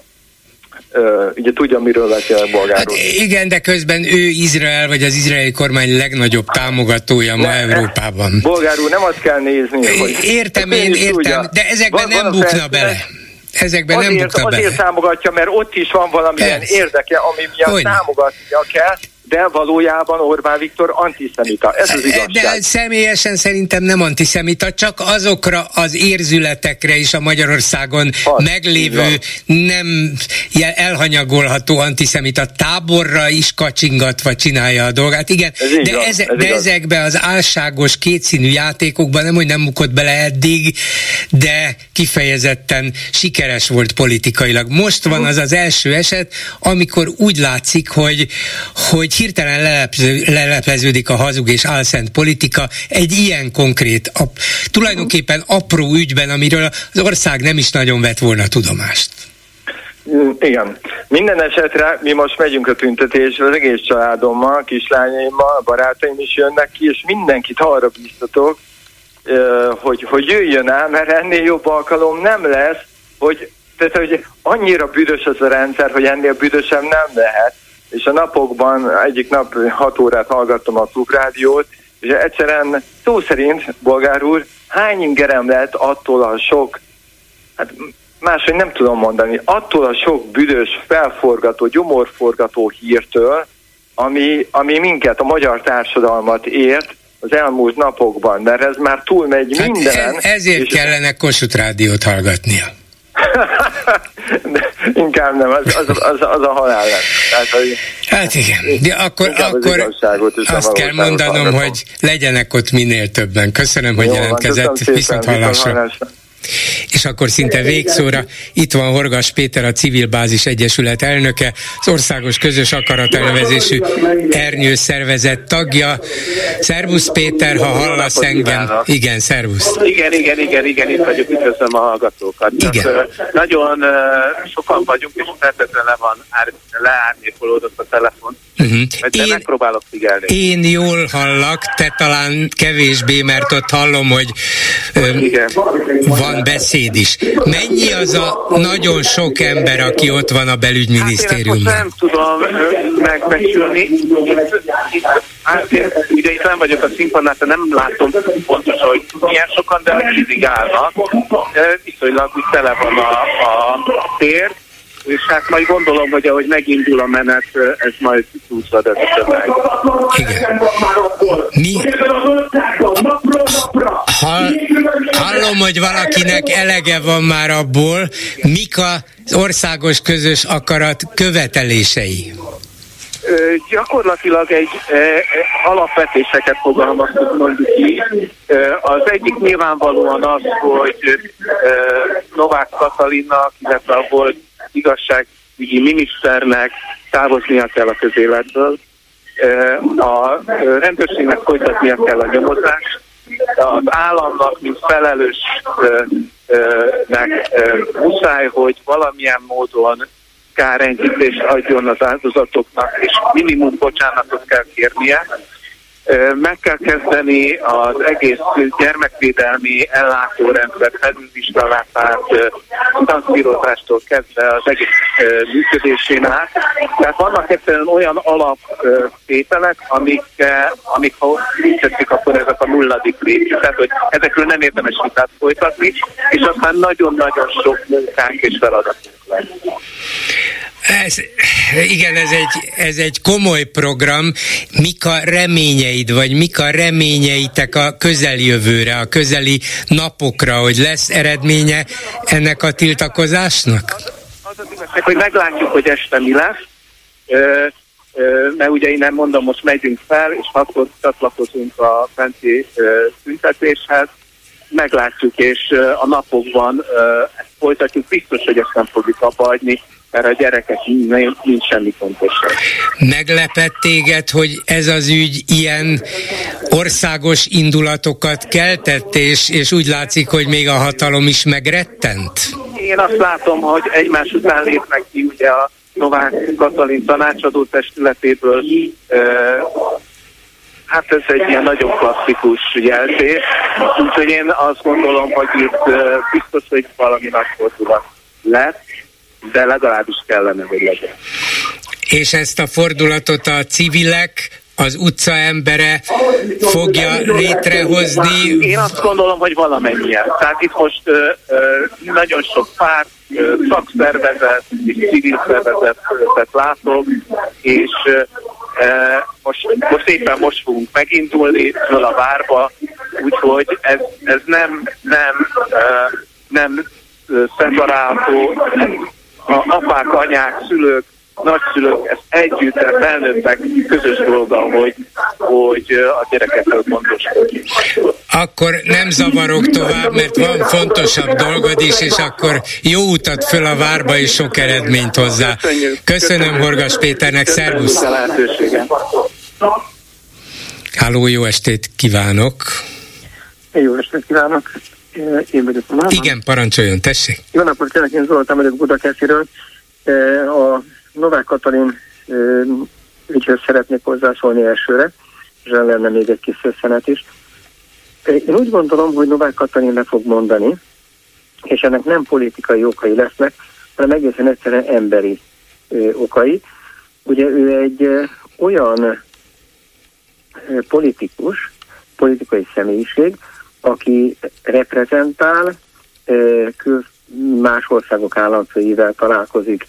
Uh, ugye tudja, miről beszél Bolgár úr. Hát igen, de közben ő Izrael, vagy az izraeli kormány legnagyobb támogatója ma Európában. Bolgár úr, nem azt kell nézni, hogy... Értem én, értem, tudja. De ezekben van, nem van bukna bele. Ezekben azért, nem bukna azért bele. támogatja, mert ott is van valamilyen Persze. érdeke, ami miatt Hogyne. támogatnia kell, de valójában Orbán Viktor antiszemita. Ez az igazság. De személyesen szerintem nem antiszemita, csak azokra az érzületekre is a Magyarországon az, meglévő, nem elhanyagolható antiszemita táborra is kacsingatva csinálja a dolgát. Igen, de, van, eze, ez de ezekbe az álságos, kétszínű játékokban nem, hogy nem bukott bele eddig, de kifejezetten sikeres volt politikailag. Most van az az első eset, amikor úgy látszik, hogy, hogy hirtelen lelepző, lelepleződik a hazug és álszent politika egy ilyen konkrét, a, tulajdonképpen apró ügyben, amiről az ország nem is nagyon vett volna tudomást. Igen. Minden esetre mi most megyünk a tüntetésre, az egész családommal, kislányaimmal, a barátaim is jönnek ki, és mindenkit arra biztatok, hogy, hogy jöjjön el, mert ennél jobb alkalom nem lesz, hogy, tehát, hogy annyira büdös az a rendszer, hogy ennél büdösebb nem lehet. És a napokban egyik nap hat órát hallgattam a klubrádiót, és egyszerűen szó szerint, Bolgár úr, hány ingerem lett attól a sok, hát máshogy nem tudom mondani, attól a sok büdös, felforgató, gyomorforgató hírtől, ami, ami minket, a magyar társadalmat ért az elmúlt napokban, mert ez már túlmegy hát mindenen. Ez, ezért és kellene Kossuth Rádiót hallgatnia. Inkább nem, az, az, az, az a halál lesz. Tehát, hogy hát igen, de akkor, akkor azt kell mondanom, hallgatom. Hogy legyenek ott minél többen. Köszönöm, hogy Jó, jelentkezett. Viszont hallásra. És akkor szinte végszóra itt van Horgas Péter, a Civil Bázis Egyesület elnöke, az Országos Közös Akarat elnevezésű ernyős szervezet tagja. Szervusz Péter, ha hallasz engem. Igen, szervusz. Igen, igen, igen, igen, itt vagyok, üdvözlöm a hallgatókat. Igen. Csak, nagyon uh, sokan vagyunk, és feltétlenül le van, leárnyékolódott a telefon. Uh-huh. De én, megpróbálok figyelni. Én jól hallak, te talán kevésbé, mert ott hallom, hogy uh, van van beszéd is. Mennyi az a nagyon sok ember, aki ott van a belügyminisztériumban? Hát én most nem tudom megbecsülni. Hát ugye itt nem vagyok a színpadnál, nem látom pontosan, hogy milyen sokan, de tízig állnak. Viszonylag úgy tele van a, a tér, és hát majd gondolom, hogy ahogy megindul a menet, ez majd túlszad ez a tömeg. Igen. Mi? Hall, hallom, hogy valakinek elege van már abból, mik az országos közös akarat követelései? Ö, gyakorlatilag egy e, e, alapvetéseket fogalmaztuk mondjuk ki. Ö, az egyik nyilvánvalóan az, hogy e, Novák Katalinnak, illetve a volt igazságügyi miniszternek távoznia kell a közéletből. E, a rendőrségnek folytatnia kell a nyomozást. Az államnak, mint felelősnek muszáj, hogy valamilyen módon kárenyhítést adjon az áldozatoknak, és minimum bocsánatot kell kérnie. Meg kell kezdeni az egész gyermekvédelmi ellátórendszer felülvizsgálatát, finanszírozástól kezdve az egész működésén át. Tehát vannak egyszerűen olyan alaptételek, amik, amik ha úgy tetszik, akkor ezek a nulladik lépcső. Tehát, hogy ezekről nem érdemes vitát folytatni, és aztán nagyon-nagyon sok munkánk és feladatunk lesz. Ez, igen, ez egy, ez egy komoly program. Mik a reményeid, vagy mik a reményeitek a közeljövőre, a közeli napokra, hogy lesz eredménye ennek a tiltakozásnak? Az az, az igazság, hogy meglátjuk, hogy este mi lesz, mert ugye én nem mondom, most megyünk fel, és akkor csatlakozunk a fenti tüntetéshez, meglátjuk, és a napokban ezt folytatjuk, biztos, hogy ezt nem fogjuk abba hagyni, mert a gyerekek nincs semmi fontosabb. Meglepett téged, hogy ez az ügy ilyen országos indulatokat keltett, és, és úgy látszik, hogy még a hatalom is megrettent? Én azt látom, hogy egymás után lépnek ki ugye a Novák Katalin tanácsadó testületéből. Hát ez egy ilyen nagyon klasszikus jelzés. Úgyhogy én azt gondolom, hogy itt biztos, hogy valami nagy fordulat lett, de legalábbis kellene, hogy legyen. És ezt a fordulatot a civilek, az utca embere fogja létrehozni? Én azt gondolom, hogy valamennyien. Tehát itt most ö, ö, nagyon sok párt, ö, szakszervezet és civil szervezetet látok, és ö, most, most éppen most fogunk megindulni föl a várba, úgyhogy ez, ez nem, nem, ö, nem szeparálható. A apák, anyák, szülők, nagyszülők, ez együtt, a felnőttek közös dolga, hogy, hogy a gyerekekről gondoskodjunk. Akkor nem zavarok tovább, mert van fontosabb dolgod is, és akkor jó utat föl a várba, és sok eredményt hozzá. Köszönjük. Köszönöm, Köszönjük. Horgas Péternek, szervusz! Háló, jó estét kívánok! Jó estét kívánok! Én vagyok a máma. Igen, parancsoljon, tessék! Jó napot kérlek, én Zoltán vagyok Budakesziről. A Novák Katalin ügyhöz szeretnék hozzászólni elsőre, és lenne még egy kis szösszenet is. Én úgy gondolom, hogy Novák Katalin le fog mondani, és ennek nem politikai okai lesznek, hanem egészen egyszerűen emberi okai. Ugye ő egy olyan politikus, politikai személyiség, aki reprezentál, kül más országok államfőivel találkozik,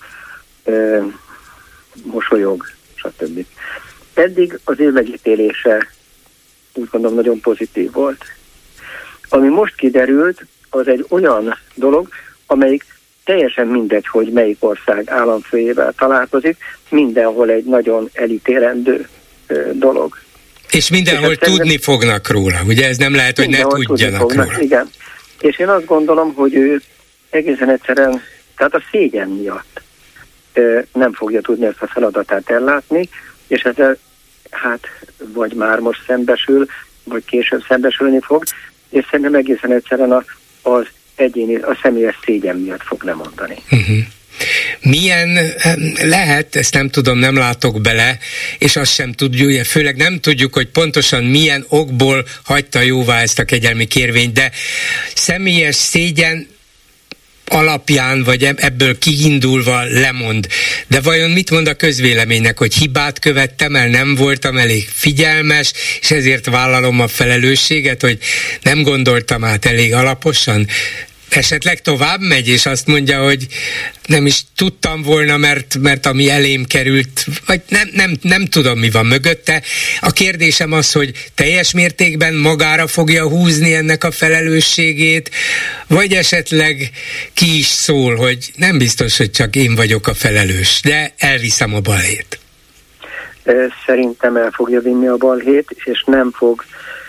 mosolyog, stb. Eddig az ő megítélése úgy gondolom nagyon pozitív volt. Ami most kiderült, az egy olyan dolog, amelyik teljesen mindegy, hogy melyik ország államfőjével találkozik, mindenhol egy nagyon elítélendő dolog. És mindenhol és tudni fognak róla, ugye ez nem lehet, hogy ne tudjanak fognak, róla. Igen. És én azt gondolom, hogy ő egészen egyszerűen, tehát a szégyen miatt nem fogja tudni ezt a feladatát ellátni, és ezzel hát vagy már most szembesül, vagy később szembesülni fog, és szerintem egészen egyszerűen a, az egyéni, a személyes szégyen miatt fog lemondani. Uh-huh. Milyen lehet, ezt nem tudom, nem látok bele, és azt sem tudjuk, főleg nem tudjuk, hogy pontosan milyen okból hagyta jóvá ezt a kegyelmi kérvényt, de személyes szégyen alapján, vagy ebből kiindulva lemond. De vajon mit mond a közvéleménynek, hogy hibát követtem el, nem voltam elég figyelmes, és ezért vállalom a felelősséget, hogy nem gondoltam át elég alaposan? Esetleg tovább megy, és azt mondja, hogy nem is tudtam volna, mert, mert ami elém került, vagy nem, nem, nem tudom, mi van mögötte. A kérdésem az, hogy teljes mértékben magára fogja húzni ennek a felelősségét, vagy esetleg ki is szól, hogy nem biztos, hogy csak én vagyok a felelős, de elviszem a balhét. Szerintem el fogja vinni a balhét, és nem fog,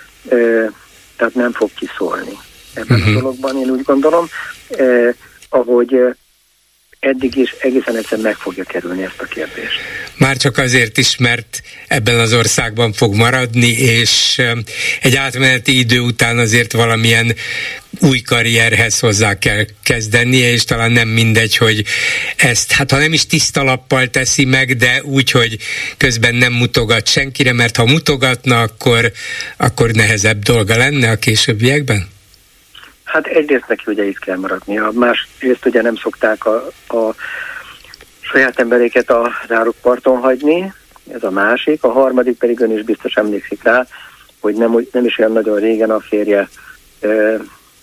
tehát nem fog kiszólni ebben uh-huh. a dologban, én úgy gondolom, eh, ahogy eh, eddig is egészen egyszer meg fogja kerülni ezt a kérdést. Már csak azért is, mert ebben az országban fog maradni, és eh, egy átmeneti idő után azért valamilyen új karrierhez hozzá kell kezdenie, és talán nem mindegy, hogy ezt, hát ha nem is tiszta lappal teszi meg, de úgy, hogy közben nem mutogat senkire, mert ha mutogatna, akkor, akkor nehezebb dolga lenne a későbbiekben? Hát egyrészt neki ugye itt kell maradnia, másrészt ugye nem szokták a, a saját emberéket a zárukparton hagyni, ez a másik, a harmadik pedig ön is biztos emlékszik rá, hogy nem, nem is olyan nagyon régen a férje ö,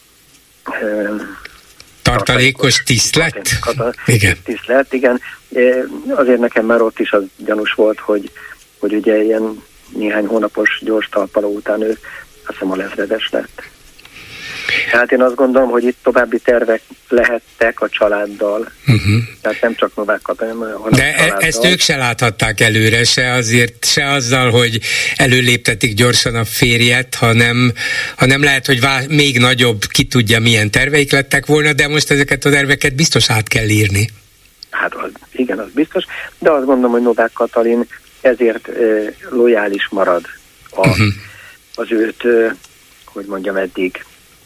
ö, tartalékos tisztlet? Igen. Tisztlet, igen. Azért nekem már ott is az gyanús volt, hogy, hogy ugye ilyen néhány hónapos gyors talpaló után ő azt hiszem a lezredes lett. Hát én azt gondolom, hogy itt további tervek lehettek a családdal. Uh-huh. Tehát nem csak Novák Katalin, hanem de a családdal. Ezt ők se láthatták előre, se azért, se azzal, hogy előléptetik gyorsan a férjet, hanem, hanem lehet, hogy vá- még nagyobb, ki tudja milyen terveik lettek volna, de most ezeket a terveket biztos át kell írni. Hát az, igen, az biztos, de azt gondolom, hogy Novák Katalin ezért e, lojális marad a, uh-huh. az őt, e, hogy mondjam, eddig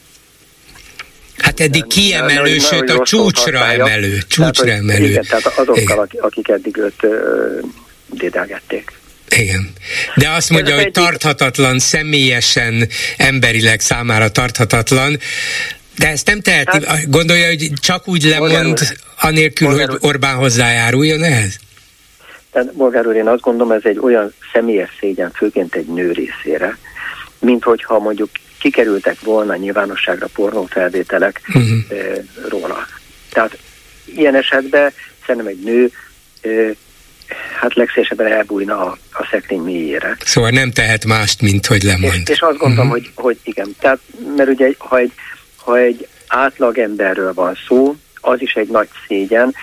Hát eddig kiemelő, sőt a csúcsra emelő. Csúcsra tehát, emelő. Igen, tehát azokkal, igen. akik eddig őt uh, dédelgették. Igen. De azt mondja, ez hogy egyik... tarthatatlan, személyesen, emberileg számára tarthatatlan, de ezt nem teheti. Hát, gondolja, hogy csak úgy lemond, anélkül, Bolgár hogy Orbán hozzájáruljon ehhez? Tehát, Bolgár úr, én azt gondolom, ez egy olyan személyes szégyen, főként egy nő részére, mint hogyha mondjuk kikerültek volna nyilvánosságra pornófelvételek uh-huh. e, róla. Tehát ilyen esetben szerintem egy nő e, hát legszélesebben elbújna a, a szekrény mélyére. Szóval nem tehet mást, mint hogy lemond. És, és azt gondolom, uh-huh. hogy, hogy igen. Tehát, mert ugye, ha egy, ha egy átlag emberről van szó, az is egy nagy szégyen,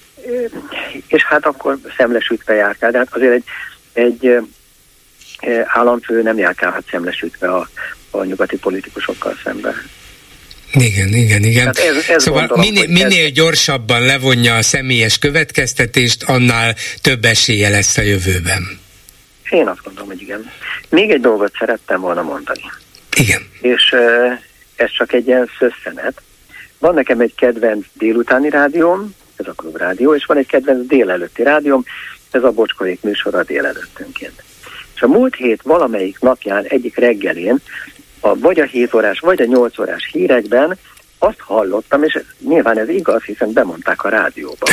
és hát akkor szemlesütve járkál. De hát azért egy, egy államfő nem járkálhat szemlesütve a a nyugati politikusokkal szemben. Igen, igen, igen. Ez, ez szóval gondolom, minél, minél ez... gyorsabban levonja a személyes következtetést, annál több esélye lesz a jövőben. Én azt gondolom, hogy igen. Még egy dolgot szerettem volna mondani. Igen. És ez csak egy ilyen szösszenet. Van nekem egy kedvenc délutáni rádióm, ez a Klubrádió, és van egy kedvenc délelőtti rádióm, ez a Bocskorék műsora délelőttönként. És a múlt hét valamelyik napján, egyik reggelén, a, vagy a hét órás, vagy a nyolc órás hírekben azt hallottam, és ez, nyilván ez igaz, hiszen bemondták a rádióba.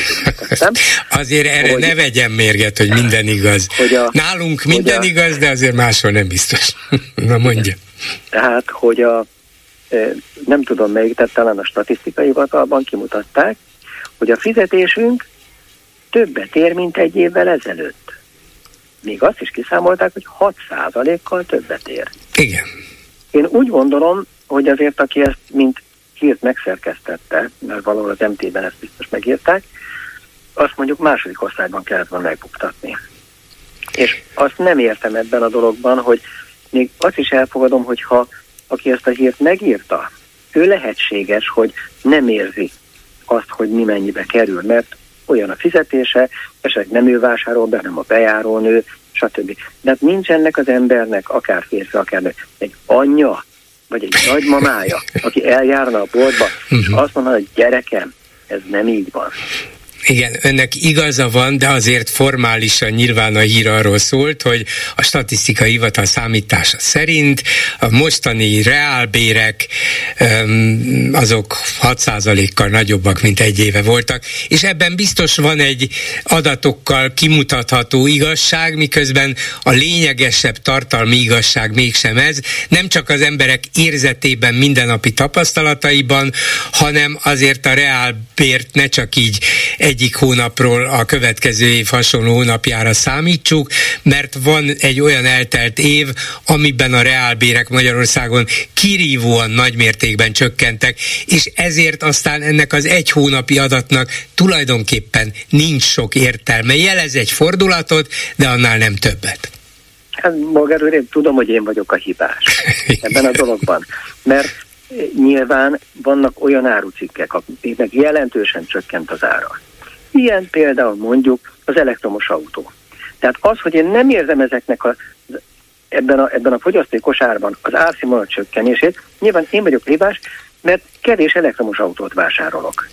Azért erre hogy, ne vegyen mérget, hogy minden igaz. Hogy a, Nálunk minden a, igaz, de azért máshol nem biztos. Na mondja. Tehát, hogy a nem tudom melyik, tehát talán a statisztikai hivatalban kimutatták, hogy a fizetésünk többet ér, mint egy évvel ezelőtt. Még azt is kiszámolták, hogy hat százalékkal többet ér. Igen. Én úgy gondolom, hogy azért, aki ezt mint hírt megszerkesztette, mert valahol az em té-ben ezt biztos megírták, azt mondjuk második osztályban kellett volna megbuktatni. És azt nem értem ebben a dologban, hogy még azt is elfogadom, hogyha aki ezt a hírt megírta, ő lehetséges, hogy nem érzi azt, hogy mi mennyibe kerül, mert olyan a fizetése, esetleg nem ő vásárol be, hanem a bejárónő, stb. De hát nincs ennek az embernek, akár férfi, akár nő, egy anyja, vagy egy nagymamája, aki eljárna a boltba, és azt mondja, hogy gyerekem, ez nem így van. Igen, önnek igaza van, de azért formálisan nyilván a hír arról szólt, hogy a statisztikai hivatal számítása szerint a mostani reálbérek azok hat százalékkal nagyobbak, mint egy éve voltak, és ebben biztos van egy adatokkal kimutatható igazság, miközben a lényegesebb tartalmi igazság mégsem ez, nem csak az emberek érzetében, mindennapi tapasztalataiban, hanem azért a reálbért ne csak így egyik hónapról a következő év hasonló hónapjára számítsuk, mert van egy olyan eltelt év, amiben a reálbérek Magyarországon kirívóan nagy mértékben csökkentek, és ezért aztán ennek az egy hónapi adatnak tulajdonképpen nincs sok értelme. Jelez egy fordulatot, de annál nem többet. Hát Bolgár úr, én tudom, hogy én vagyok a hibás ebben a dologban, mert nyilván vannak olyan árucikkek, akiknek jelentősen csökkent az ára. Ilyen például mondjuk az elektromos autó. Tehát az, hogy én nem érzem ezeknek a, ebben, a, ebben a fogyasztékos árban az árszínvonal csökkenését, nyilván én vagyok hibás, mert kevés elektromos autót vásárolok.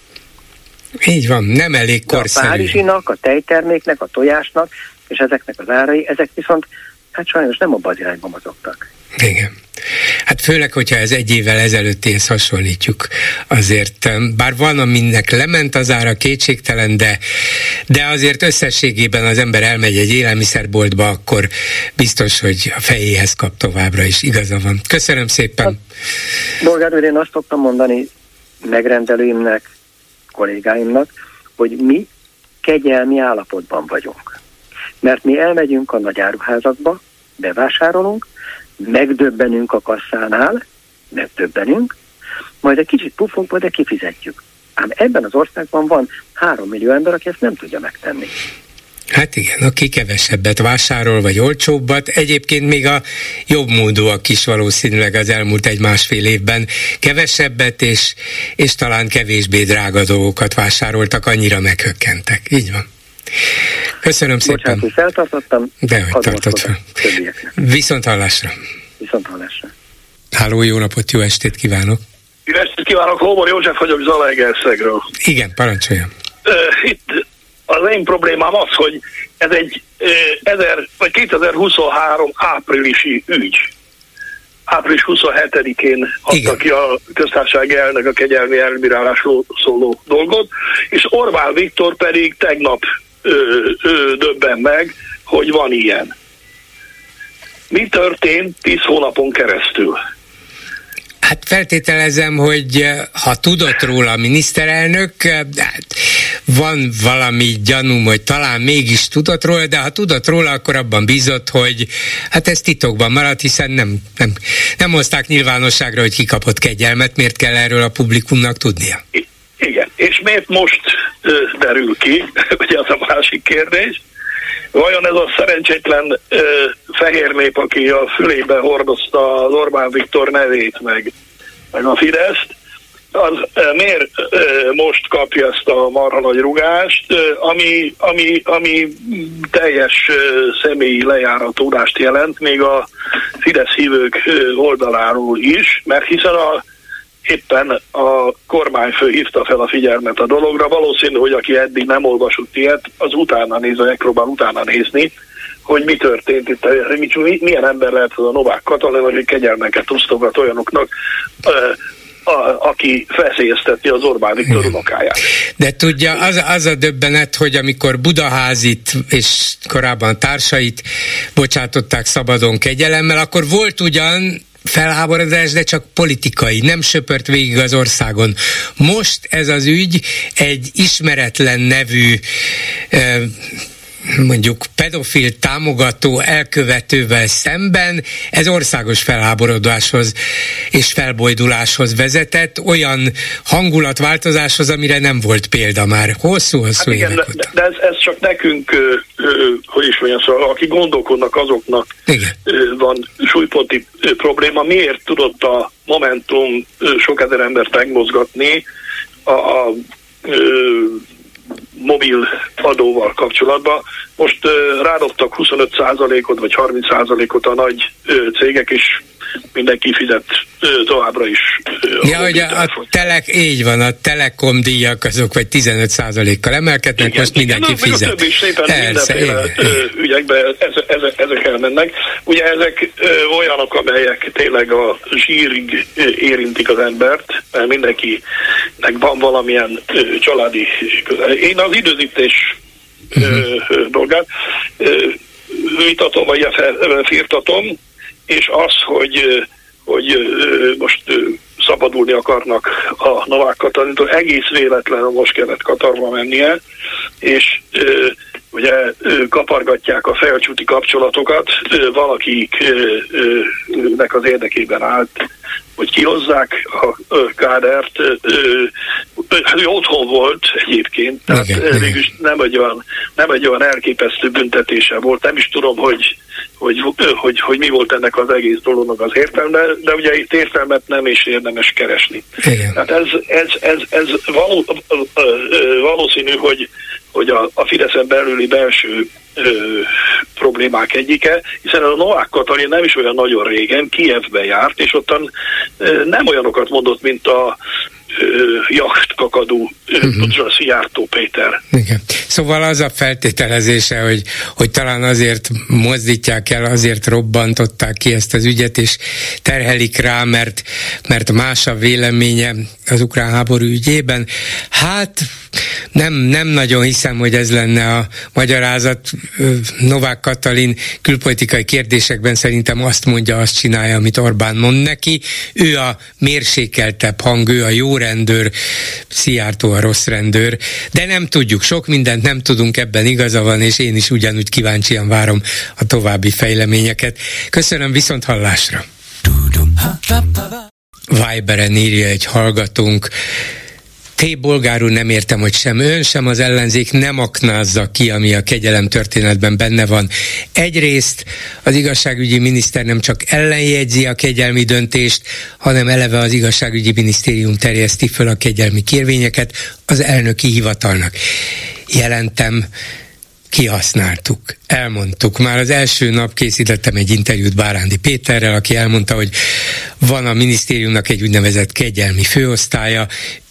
Így van, nem elég korszerű. A párizsinak, a tejterméknek, a tojásnak, és ezeknek az árai, ezek viszont hát sajnos nem abban az irányban mozogtak. Igen. Hát főleg, hogyha ez egy évvel ezelőttihez hasonlítjuk, azért, bár van, aminek lement az ára, kétségtelen, de, de azért összességében az ember elmegy egy élelmiszerboltba, akkor biztos, hogy a fejéhez kap továbbra is. Igaza van. Köszönöm szépen. Hát, Bolgár úr, én azt szoktam mondani megrendelőimnek, kollégáimnak, hogy mi kegyelmi állapotban vagyunk. Mert mi elmegyünk a nagy áruházakba, bevásárolunk, megdöbbenünk a kasszánál, megdöbbenünk, majd egy kicsit pufogva, de kifizetjük. Ám ebben az országban van három millió ember, aki ezt nem tudja megtenni. Hát igen, aki kevesebbet vásárol, vagy olcsóbbat, egyébként még a jobb módúak is valószínűleg az elmúlt egy-másfél évben kevesebbet, és, és talán kevésbé drága dolgokat vásároltak, annyira meghökkentek. Így van. Köszönöm szépen. Bocsánat, hogy feltartottam. Dehogy tartott fel. Viszont hallásra. Viszont hallásra. Háló, jó napot, jó estét kívánok. Jó estét kívánok, Hóbor József vagyok Zalaegerszegről. Igen, parancsoljon. Uh, itt az én problémám az, hogy ez egy uh, ezer, vagy kétezer-huszonhárom áprilisi ügy. április huszonhetedikén adta ki a köztársasági elnök a kegyelmi elbírálásról szóló dolgot, és Orbán Viktor pedig tegnap ö, ö, döbben meg, hogy van ilyen. Mi történt tíz hónapon keresztül? Hát feltételezem, hogy ha tudott róla a miniszterelnök, hát van valami gyanúm, hogy talán mégis tudott róla, de ha tudott róla, akkor abban bízott, hogy hát ez titokban maradt, hiszen nem, nem, nem hozták nyilvánosságra, hogy kikapott kegyelmet, miért kell erről a publikumnak tudnia? I- igen, és miért most ö, derül ki, ugye az a másik kérdés, vajon ez a szerencsétlen ö, fehér nép, aki a fülébe hordozta az Orbán Viktor nevét, meg, meg a Fideszt, az ö, miért ö, most kapja ezt a marha nagy rugást, ö, ami, ami, ami teljes ö, személyi lejáratódást jelent, még a Fidesz hívők ö, oldaláról is, mert hiszen a éppen a kormányfő hívta fel a figyelmet a dologra. Valószínű, hogy aki eddig nem olvasott ilyet, az utána néz, megpróbál utána nézni, hogy mi történt itt, hogy milyen ember lehet az a Novák Katalin, hogy kegyelmeket osztogat olyanoknak, a, aki feszélyezteti az Orbán Viktor unokáját. De tudja, az, az a döbbenet, hogy amikor Budaházit és korábban társait bocsátották szabadon kegyelemmel, akkor volt ugyan felháborodás, de csak politikai, nem söpört végig az országon. Most ez az ügy egy ismeretlen nevű eh, mondjuk pedofil támogató elkövetővel szemben, ez országos felháborodáshoz és felbojduláshoz vezetett, olyan hangulatváltozáshoz, amire nem volt példa már hosszú-hosszú hát évek de, de ez, ez csak nekünk, ö, ö, hogy is mondjam, szóval, aki gondolkodnak, azoknak ö, van súlyponti ö, probléma. Miért tudott a Momentum ö, sok ezer embert megmozgatni a, a ö, mobil adóval kapcsolatban. Most uh, rádobtak huszonöt százalékot vagy harminc százalékot a nagy uh, cégek, és mindenki fizet továbbra is. Ja, hogy a, a telek, így van, a Telekom díjak azok vagy tizenöt százalékkal emelkednek, igen, most mindenki igen, fizet. Több is szépen mindenféle ügyekben ezek, ezek elmennek. Ugye ezek olyanok, amelyek tényleg a zsírig érintik az embert, mert mindenkinek van valamilyen családi közel. Én az időzítés uh-huh. dolgát vitatom, vagy firtatom, és az, hogy, hogy most szabadulni akarnak a Novák Katalintól, egész véletlenül most kellett Katarba mennie, és ugye kapargatják a felcsúti kapcsolatokat, valakiknek az érdekében állt, hogy kihozzák a Kádert. Ő otthon volt egyébként, tehát végülis nem egy olyan, nem egy olyan elképesztő büntetése volt. Nem is tudom, hogy, hogy, hogy, hogy mi volt ennek az egész dolognak az értelme, de ugye itt értelmet nem is érdemes keresni. Igen. Tehát ez, ez, ez, ez való, valószínű, hogy, hogy a, a Fideszen belüli belső Ö, problémák egyike, hiszen a Novák Katalin nem is olyan nagyon régen Kijevben járt, és ottan ö, nem olyanokat mondott, mint a jachtkakadú uh-huh. Szijjártó Péter. Igen. Szóval az a feltételezése, hogy, hogy talán azért mozdítják el, azért robbantották ki ezt az ügyet, és terhelik rá, mert, mert más a véleménye az ukrán háború ügyében. Hát nem, nem nagyon hiszem, hogy ez lenne a magyarázat. Novák Katalin külpolitikai kérdésekben szerintem azt mondja, azt csinálja, amit Orbán mond neki. Ő a mérsékeltebb hang, ő a jó rendőr, Szijjártó a rossz rendőr, de nem tudjuk, sok mindent nem tudunk, ebben igaza van, és én is ugyanúgy kíváncsian várom a további fejleményeket. Köszönöm, viszont hallásra! Viberen írja egy hallgatónk: T. Bolgár úr, nem értem, hogy sem ön, sem az ellenzék nem aknázza ki, ami a kegyelem történetben benne van. Egyrészt az igazságügyi miniszter nem csak ellenjegyzi a kegyelmi döntést, hanem eleve az igazságügyi minisztérium terjeszti föl a kegyelmi kérvényeket az elnöki hivatalnak. Jelentem, kihasználtuk, elmondtuk. Már az első nap készítettem egy interjút Bárándi Péterrel, aki elmondta, hogy van a minisztériumnak egy úgynevezett kegyelmi főosztálya,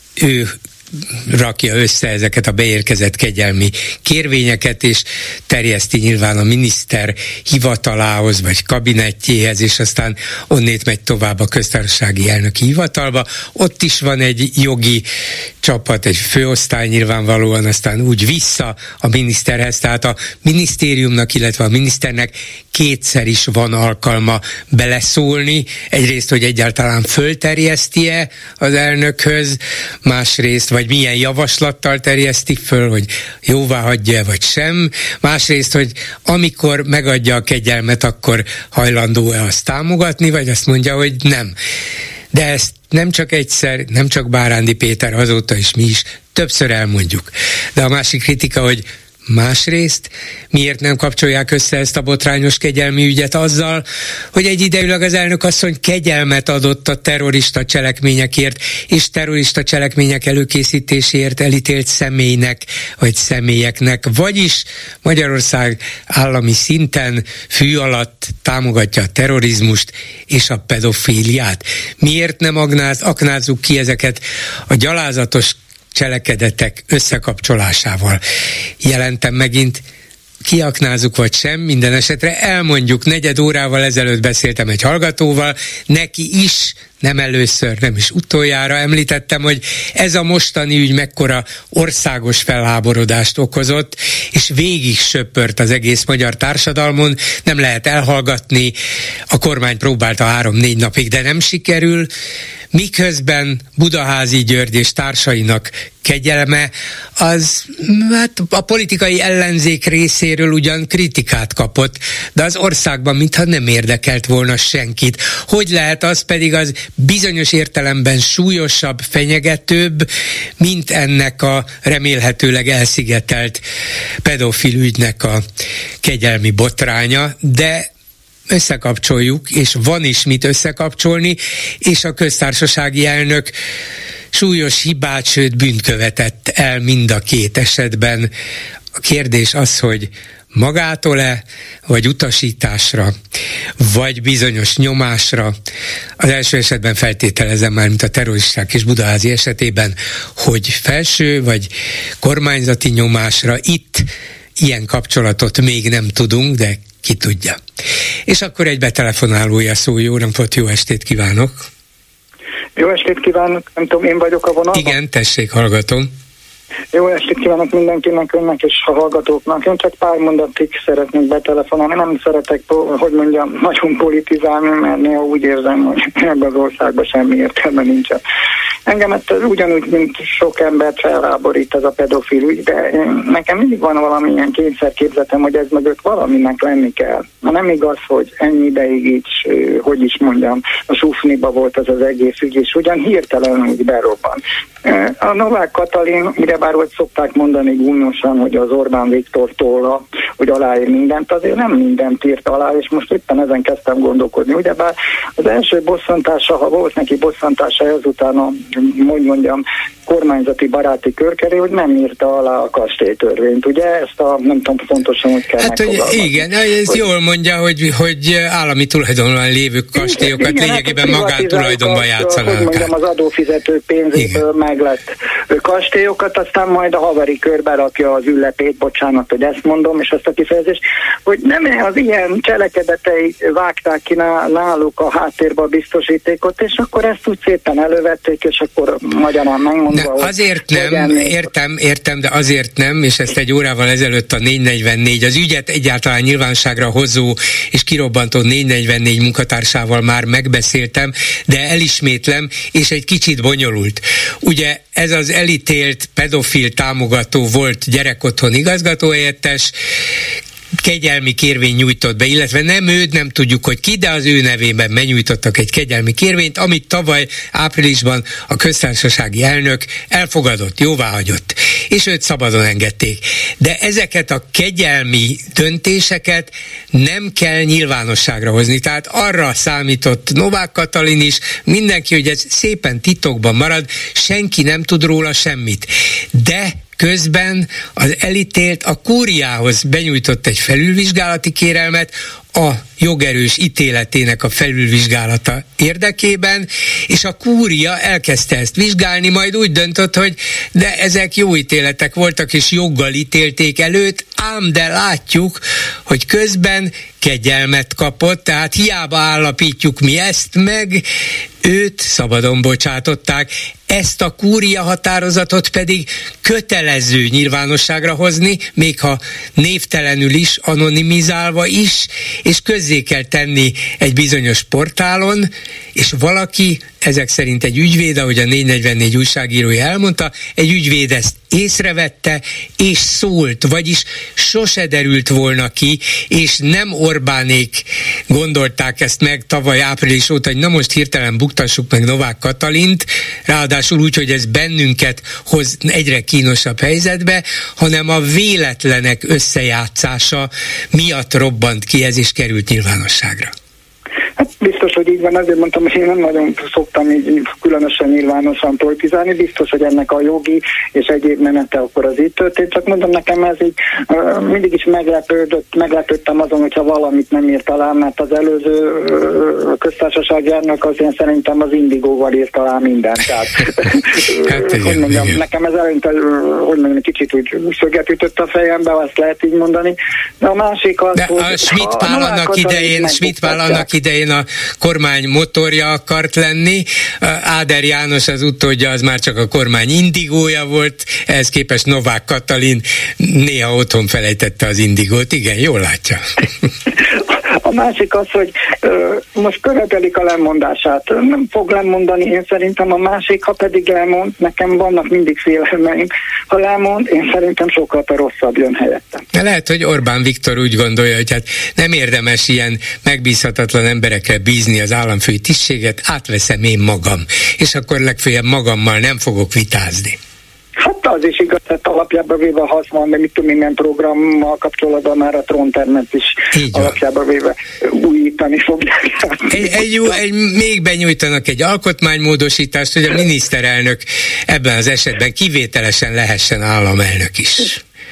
ő rakja össze ezeket a beérkezett kegyelmi kérvényeket, és terjeszti nyilván a miniszter hivatalához, vagy kabinettjéhez, és aztán onnét megy tovább a köztársasági elnöki hivatalba. Ott is van egy jogi csapat, egy főosztály nyilvánvalóan, aztán úgy vissza a miniszterhez, tehát a minisztériumnak, illetve a miniszternek kétszer is van alkalma beleszólni. Egyrészt, hogy egyáltalán fölterjeszti-e az elnökhöz, másrészt, vagy milyen javaslattal terjeszti föl, hogy jóvá hagyja vagy sem. Másrészt, hogy amikor megadja a kegyelmet, akkor hajlandó-e azt támogatni, vagy azt mondja, hogy nem. De ezt nem csak egyszer, nem csak Bárándi Péter, azóta is mi is többször elmondjuk. De a másik kritika, hogy másrészt miért nem kapcsolják össze ezt a botrányos kegyelmi ügyet azzal, hogy egyidejűleg az elnök asszony kegyelmet adott a terrorista cselekményekért és terrorista cselekmények előkészítéséért elítélt személynek vagy személyeknek, vagyis Magyarország állami szinten fű alatt támogatja a terrorizmust és a pedofíliát. Miért nem aknáz, aknázzuk ki ezeket a gyalázatos cselekedetek összekapcsolásával? Jelentem megint, kiaknázzuk vagy sem, minden esetre elmondjuk. Negyed órával ezelőtt beszéltem egy hallgatóval, neki is, nem először, nem is utoljára említettem, hogy ez a mostani ügy mekkora országos felháborodást okozott, és végig söpört az egész magyar társadalmon, nem lehet elhallgatni, a kormány próbálta három-négy napig, de nem sikerül, miközben Budaházi György és társainak kegyelme az hát a politikai ellenzék részéről ugyan kritikát kapott, de az országban mintha nem érdekelt volna senkit. Hogy lehet az pedig az bizonyos értelemben súlyosabb, fenyegetőbb, mint ennek a remélhetőleg elszigetelt pedofil ügynek a kegyelmi botránya, de összekapcsoljuk, és van is mit összekapcsolni, és a köztársasági elnök súlyos hibát, sőt bűnt követett el mind a két esetben. A kérdés az, hogy magától-e, vagy utasításra, vagy bizonyos nyomásra. Az első esetben feltételezem már, mint a terroristák és Budaházi esetében, hogy felső vagy kormányzati nyomásra. Itt ilyen kapcsolatot még nem tudunk, de ki tudja. És akkor egy betelefonálója szó. Jó napot, jó estét kívánok! Jó estét kívánok, nem tudom, én vagyok a vonalban? Igen, tessék, hallgatom. Jó estét kívánok mindenkinek, önnek és a hallgatóknak. Én csak pár mondatig szeretnék betelefonálni. Nem szeretek, hogy mondjam, nagyon politizálni, mert néha úgy érzem, hogy ebben az országban semmi értelme nincsen. Engem ugyanúgy, mint sok embert felháborít ez a pedofil ügy, de nekem mindig van valamilyen kényszerképzetem, hogy ez mögött valaminek lenni kell. Na nem igaz, hogy ennyi ideig így, hogy is mondjam, a sufniba volt ez az egész ügy, és ugyan hirtelen úgy berobban. A Novák Katalin, ugyebár hogy szokták mondani gúnyosan, hogy az Orbán Viktortól, hogy aláír mindent, azért nem mindent írt alá, és most éppen ezen kezdtem gondolkodni. Ugyebár az első bosszantása, ha volt neki bosszantása, ezután a, hogy mondjam, kormányzati baráti körkeré, hogy nem írta alá a kastélytörvényt. Ugye ezt a, nem tudom pontosan, hogy kell hát, hogy igen, ez hogy, jól mondja, hogy, hogy állami tulajdonban lévő kastélyokat igen, lényegében hát magántulajdonban játszanak. Hogy mondjam, az adófizetők pénzéből meglett kastélyokat, aztán majd a havari körbe rakja az üllepét, bocsánat, hogy ezt mondom, és ezt a kifejezést, hogy nem az ilyen cselekedetei vágták ki náluk a háttérbe a biztosítékot, és akkor ezt úgy szépen elővették, és akkor magyarán megmondom. De azért nem, értem, értem, de azért nem, és ezt egy órával ezelőtt a négy negyvennégy, az ügyet egyáltalán nyilvánosságra hozó és kirobbantó négy negyvennégy munkatársával már megbeszéltem, de elismétlem, és egy kicsit bonyolult. Ugye ez az elítélt pedofil támogató volt gyerekotthon igazgatóhelyettes, kegyelmi kérvény nyújtott be, illetve nem ő, nem tudjuk, hogy ki, de az ő nevében benyújtottak egy kegyelmi kérvényt, amit tavaly áprilisban a köztársasági elnök elfogadott, jóváhagyott, és őt szabadon engedték. De ezeket a kegyelmi döntéseket nem kell nyilvánosságra hozni, tehát arra számított Novák Katalin is, mindenki, hogy ez szépen titokban marad, senki nem tud róla semmit. De közben az elítélt a kúriához benyújtott egy felülvizsgálati kérelmet a jogerős ítéletének a felülvizsgálata érdekében, és a kúria elkezdte ezt vizsgálni, majd úgy döntött, hogy de ezek jó ítéletek voltak, és joggal ítélték előtt, ám de látjuk, hogy közben kegyelmet kapott, tehát hiába állapítjuk mi ezt meg, őt szabadon bocsátották, ezt a kúria határozatot pedig kötelező nyilvánosságra hozni, még ha névtelenül is, anonimizálva is, és közzé kell tenni egy bizonyos portálon, és valaki, ezek szerint egy ügyvéd, ahogy a négy negyvennégy újságírója elmondta, egy ügyvéd ezt észrevette, és szólt, vagyis sose derült volna ki, és nem Orbánék gondolták ezt meg tavaly április óta, hogy na most hirtelen buktassuk meg Novák Katalint, ráadásul úgy, hogy ez bennünket hoz egyre kínosabb helyzetbe, hanem a véletlenek összejátszása miatt robbant ki ez, és került nyilvánosságra. Hát biztos, hogy így van, azért mondtam, hogy én nem nagyon szoktam így különösen nyilvánosan politizálni, biztos, hogy ennek a jogi és egyéb menete akkor az így történt, csak mondom, nekem ez így uh, mindig is meglepődött, meglepődtem azon, hogyha valamit nem írt alá, mert az előző uh, köztársasági elnök az én szerintem az Indigóval írt alá mindent. Tehát, hát, igen, hogy mondjam, igen. Nekem ez eleinte, hogy mondjam, kicsit úgy szöget ütött a fejembe, azt lehet így mondani, de a másik az, de hogy... a Schmidt Pál annak idején, Schmidt Pál annak idején a kormány motorja akart lenni, Áder János az utódja, az már csak a kormány indigója volt, ehhez képest Novák Katalin néha otthon felejtette az indigót, igen, jól látja. A másik az, hogy ö, most követelik a lemondását. Nem fog lemondani, én szerintem a másik, ha pedig lemond, nekem vannak mindig félelmeim. Ha lemond, én szerintem sokkal rosszabb jön helyette. De lehet, hogy Orbán Viktor úgy gondolja, hogy hát nem érdemes ilyen megbízhatatlan emberekre bízni az államfői tisztséget, átveszem én magam, és akkor legfeljebb magammal nem fogok vitázni. Hát az is igaz, tehát alapjában véve használni, de mit tudom, minden programmal kapcsolatban már a tróntermet is alapjában véve újítani fogják. Egy, egy, jó, egy, még benyújtanak egy alkotmánymódosítást, hogy a miniszterelnök ebben az esetben kivételesen lehessen államelnök is.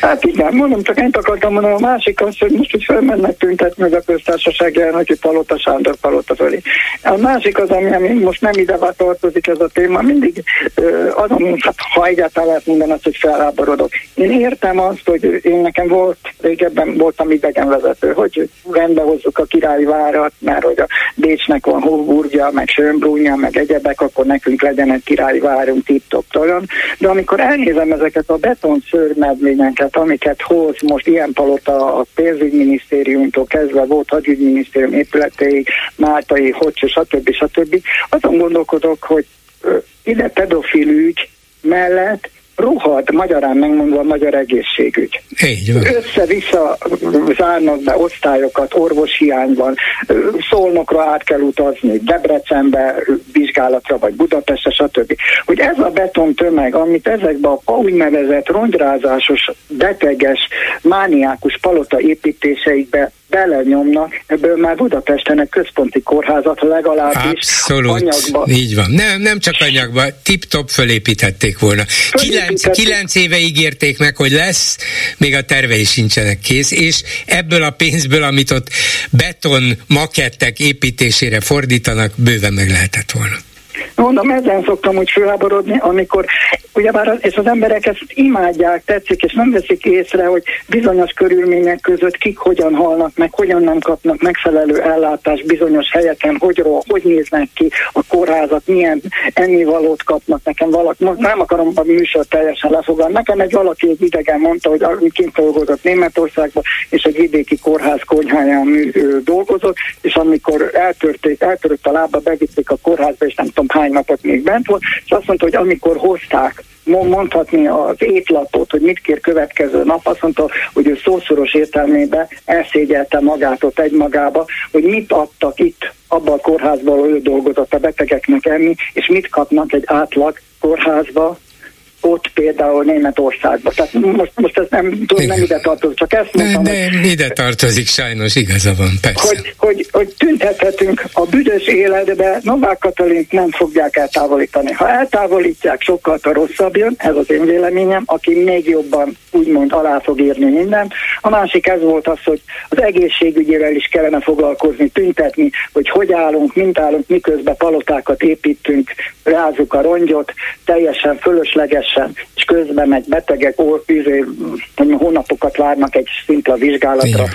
Hát igen, mondom, csak én akartam mondani, a másik az, hogy most úgy felmennek tüntetni meg a köztársasági elnöki Palota Sándor palota fölé. A másik az, ami, ami most nem ide tartozik ez a téma, mindig uh, azon, hát, ha egyáltalán lehet mondani azt, hogy felháborodok. Én értem azt, hogy én nekem volt, régebben voltam idegenvezető, hogy rendbe hozzuk a királyi várat, mert hogy a Bécsnek van Hofburgja, meg Schönbrunja, meg egyebek, akkor nekünk legyen egy királyi várunk tip-top talán. De amikor elnézem ezeket a beton szőrmedvényeket, amiket hoz most ilyen palota a pénzügyminisztériumtól kezdve volt hadügyminisztérium épületéig, Máltai, Hocs, stb. stb. Azon gondolkodok, hogy ö, ide pedofil ügy mellett rohad, magyarán megmondva a magyar egészségügy. Össze-vissza zárnak be osztályokat, orvoshiányban, Szolnokra át kell utazni, Debrecenbe vizsgálatra, vagy Budapestre, stb. Hogy ez a beton tömeg, amit ezekben a úgynevezett rongyrázásos, beteges, mániákus palota építéseikbe belenyomnak, ebből már Budapesten egy központi kórházat legalábbis abszolút, anyagba. Így van. Nem, nem csak anyagba, tip-top fölépítették volna. Kilenc, kilenc éve ígérték meg, hogy lesz, még a tervei sincsenek kész, és ebből a pénzből, amit ott beton makettek építésére fordítanak, bőven meg lehetett volna. Mondom, ezen szoktam úgy fölháborodni, amikor ugyebár, és az emberek ezt imádják, tetszik, és nem veszik észre, hogy bizonyos körülmények között kik hogyan halnak meg, hogyan nem kapnak megfelelő ellátást bizonyos helyeken, hogy, hogy néznek ki a kórházak, milyen ennivalót kapnak. Nekem valaki, nem akarom a műsort teljesen lefoglalni, nekem egy valaki egy idegen mondta, hogy kint dolgozott Németországban, és egy vidéki kórház konyháján mű, dolgozott, és amikor eltörték, eltörött a lába, bevitték a kórházba, és nem tudom hány napot még bent volt, és azt mondta, hogy amikor hozták mondhatni az étlapot, hogy mit kér következő nap, azt mondta, hogy ő szószoros értelmében elszégyelte magát ott egymagába, hogy mit adtak itt abban a kórházban, ahol ő dolgozott a betegeknek enni, és mit kapnak egy átlag kórházba, ott például Németországban. Tehát most, most ez nem, tudom, nem ide tartozik, csak ezt mondtam. De, de ide tartozik, sajnos, igaza van, persze. Hogy, hogy, hogy tüntethetünk a büdös életbe, Novák Katalint nem fogják eltávolítani. Ha eltávolítják, sokkal a rosszabb jön, ez az én véleményem, aki még jobban úgymond alá fog írni minden. A másik ez volt az, hogy az egészségügyével is kellene foglalkozni, tüntetni, hogy hogy állunk, mint állunk, miközben palotákat építünk, rázzuk a rongyot, teljesen fölösleges, és közben meg betegek ó, hónapokat várnak egy szimpla vizsgálatra.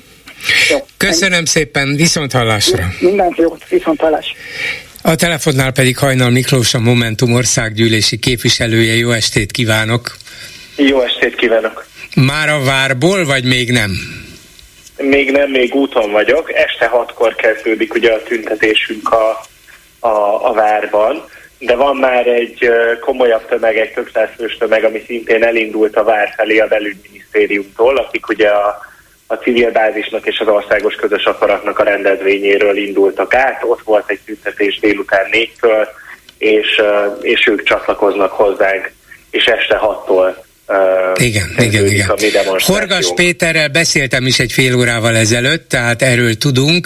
Jó, köszönöm ennyi. Szépen, viszont hallásra. Mindent jót, viszont hallás. A telefonnál pedig Hajnal Miklós, a Momentum országgyűlési képviselője. Jó estét kívánok! Jó estét kívánok! Már a várból, vagy még nem? Még nem, még úton vagyok. Este hatkor kezdődik ugye a tüntetésünk a, a, a várban. De van már egy komolyabb tömeg, egy több százfős tömeg, ami szintén elindult a vár felé a belügyminisztériumtól, akik ugye a, a civil bázisnak és az országos közös akaratnak a rendezvényéről indultak át. Ott volt egy tüntetés délután négytől, és, és ők csatlakoznak hozzánk, és este hattól Uh, igen, igen, igen. Horgas Péterrel beszéltem is egy fél órával ezelőtt, tehát erről tudunk.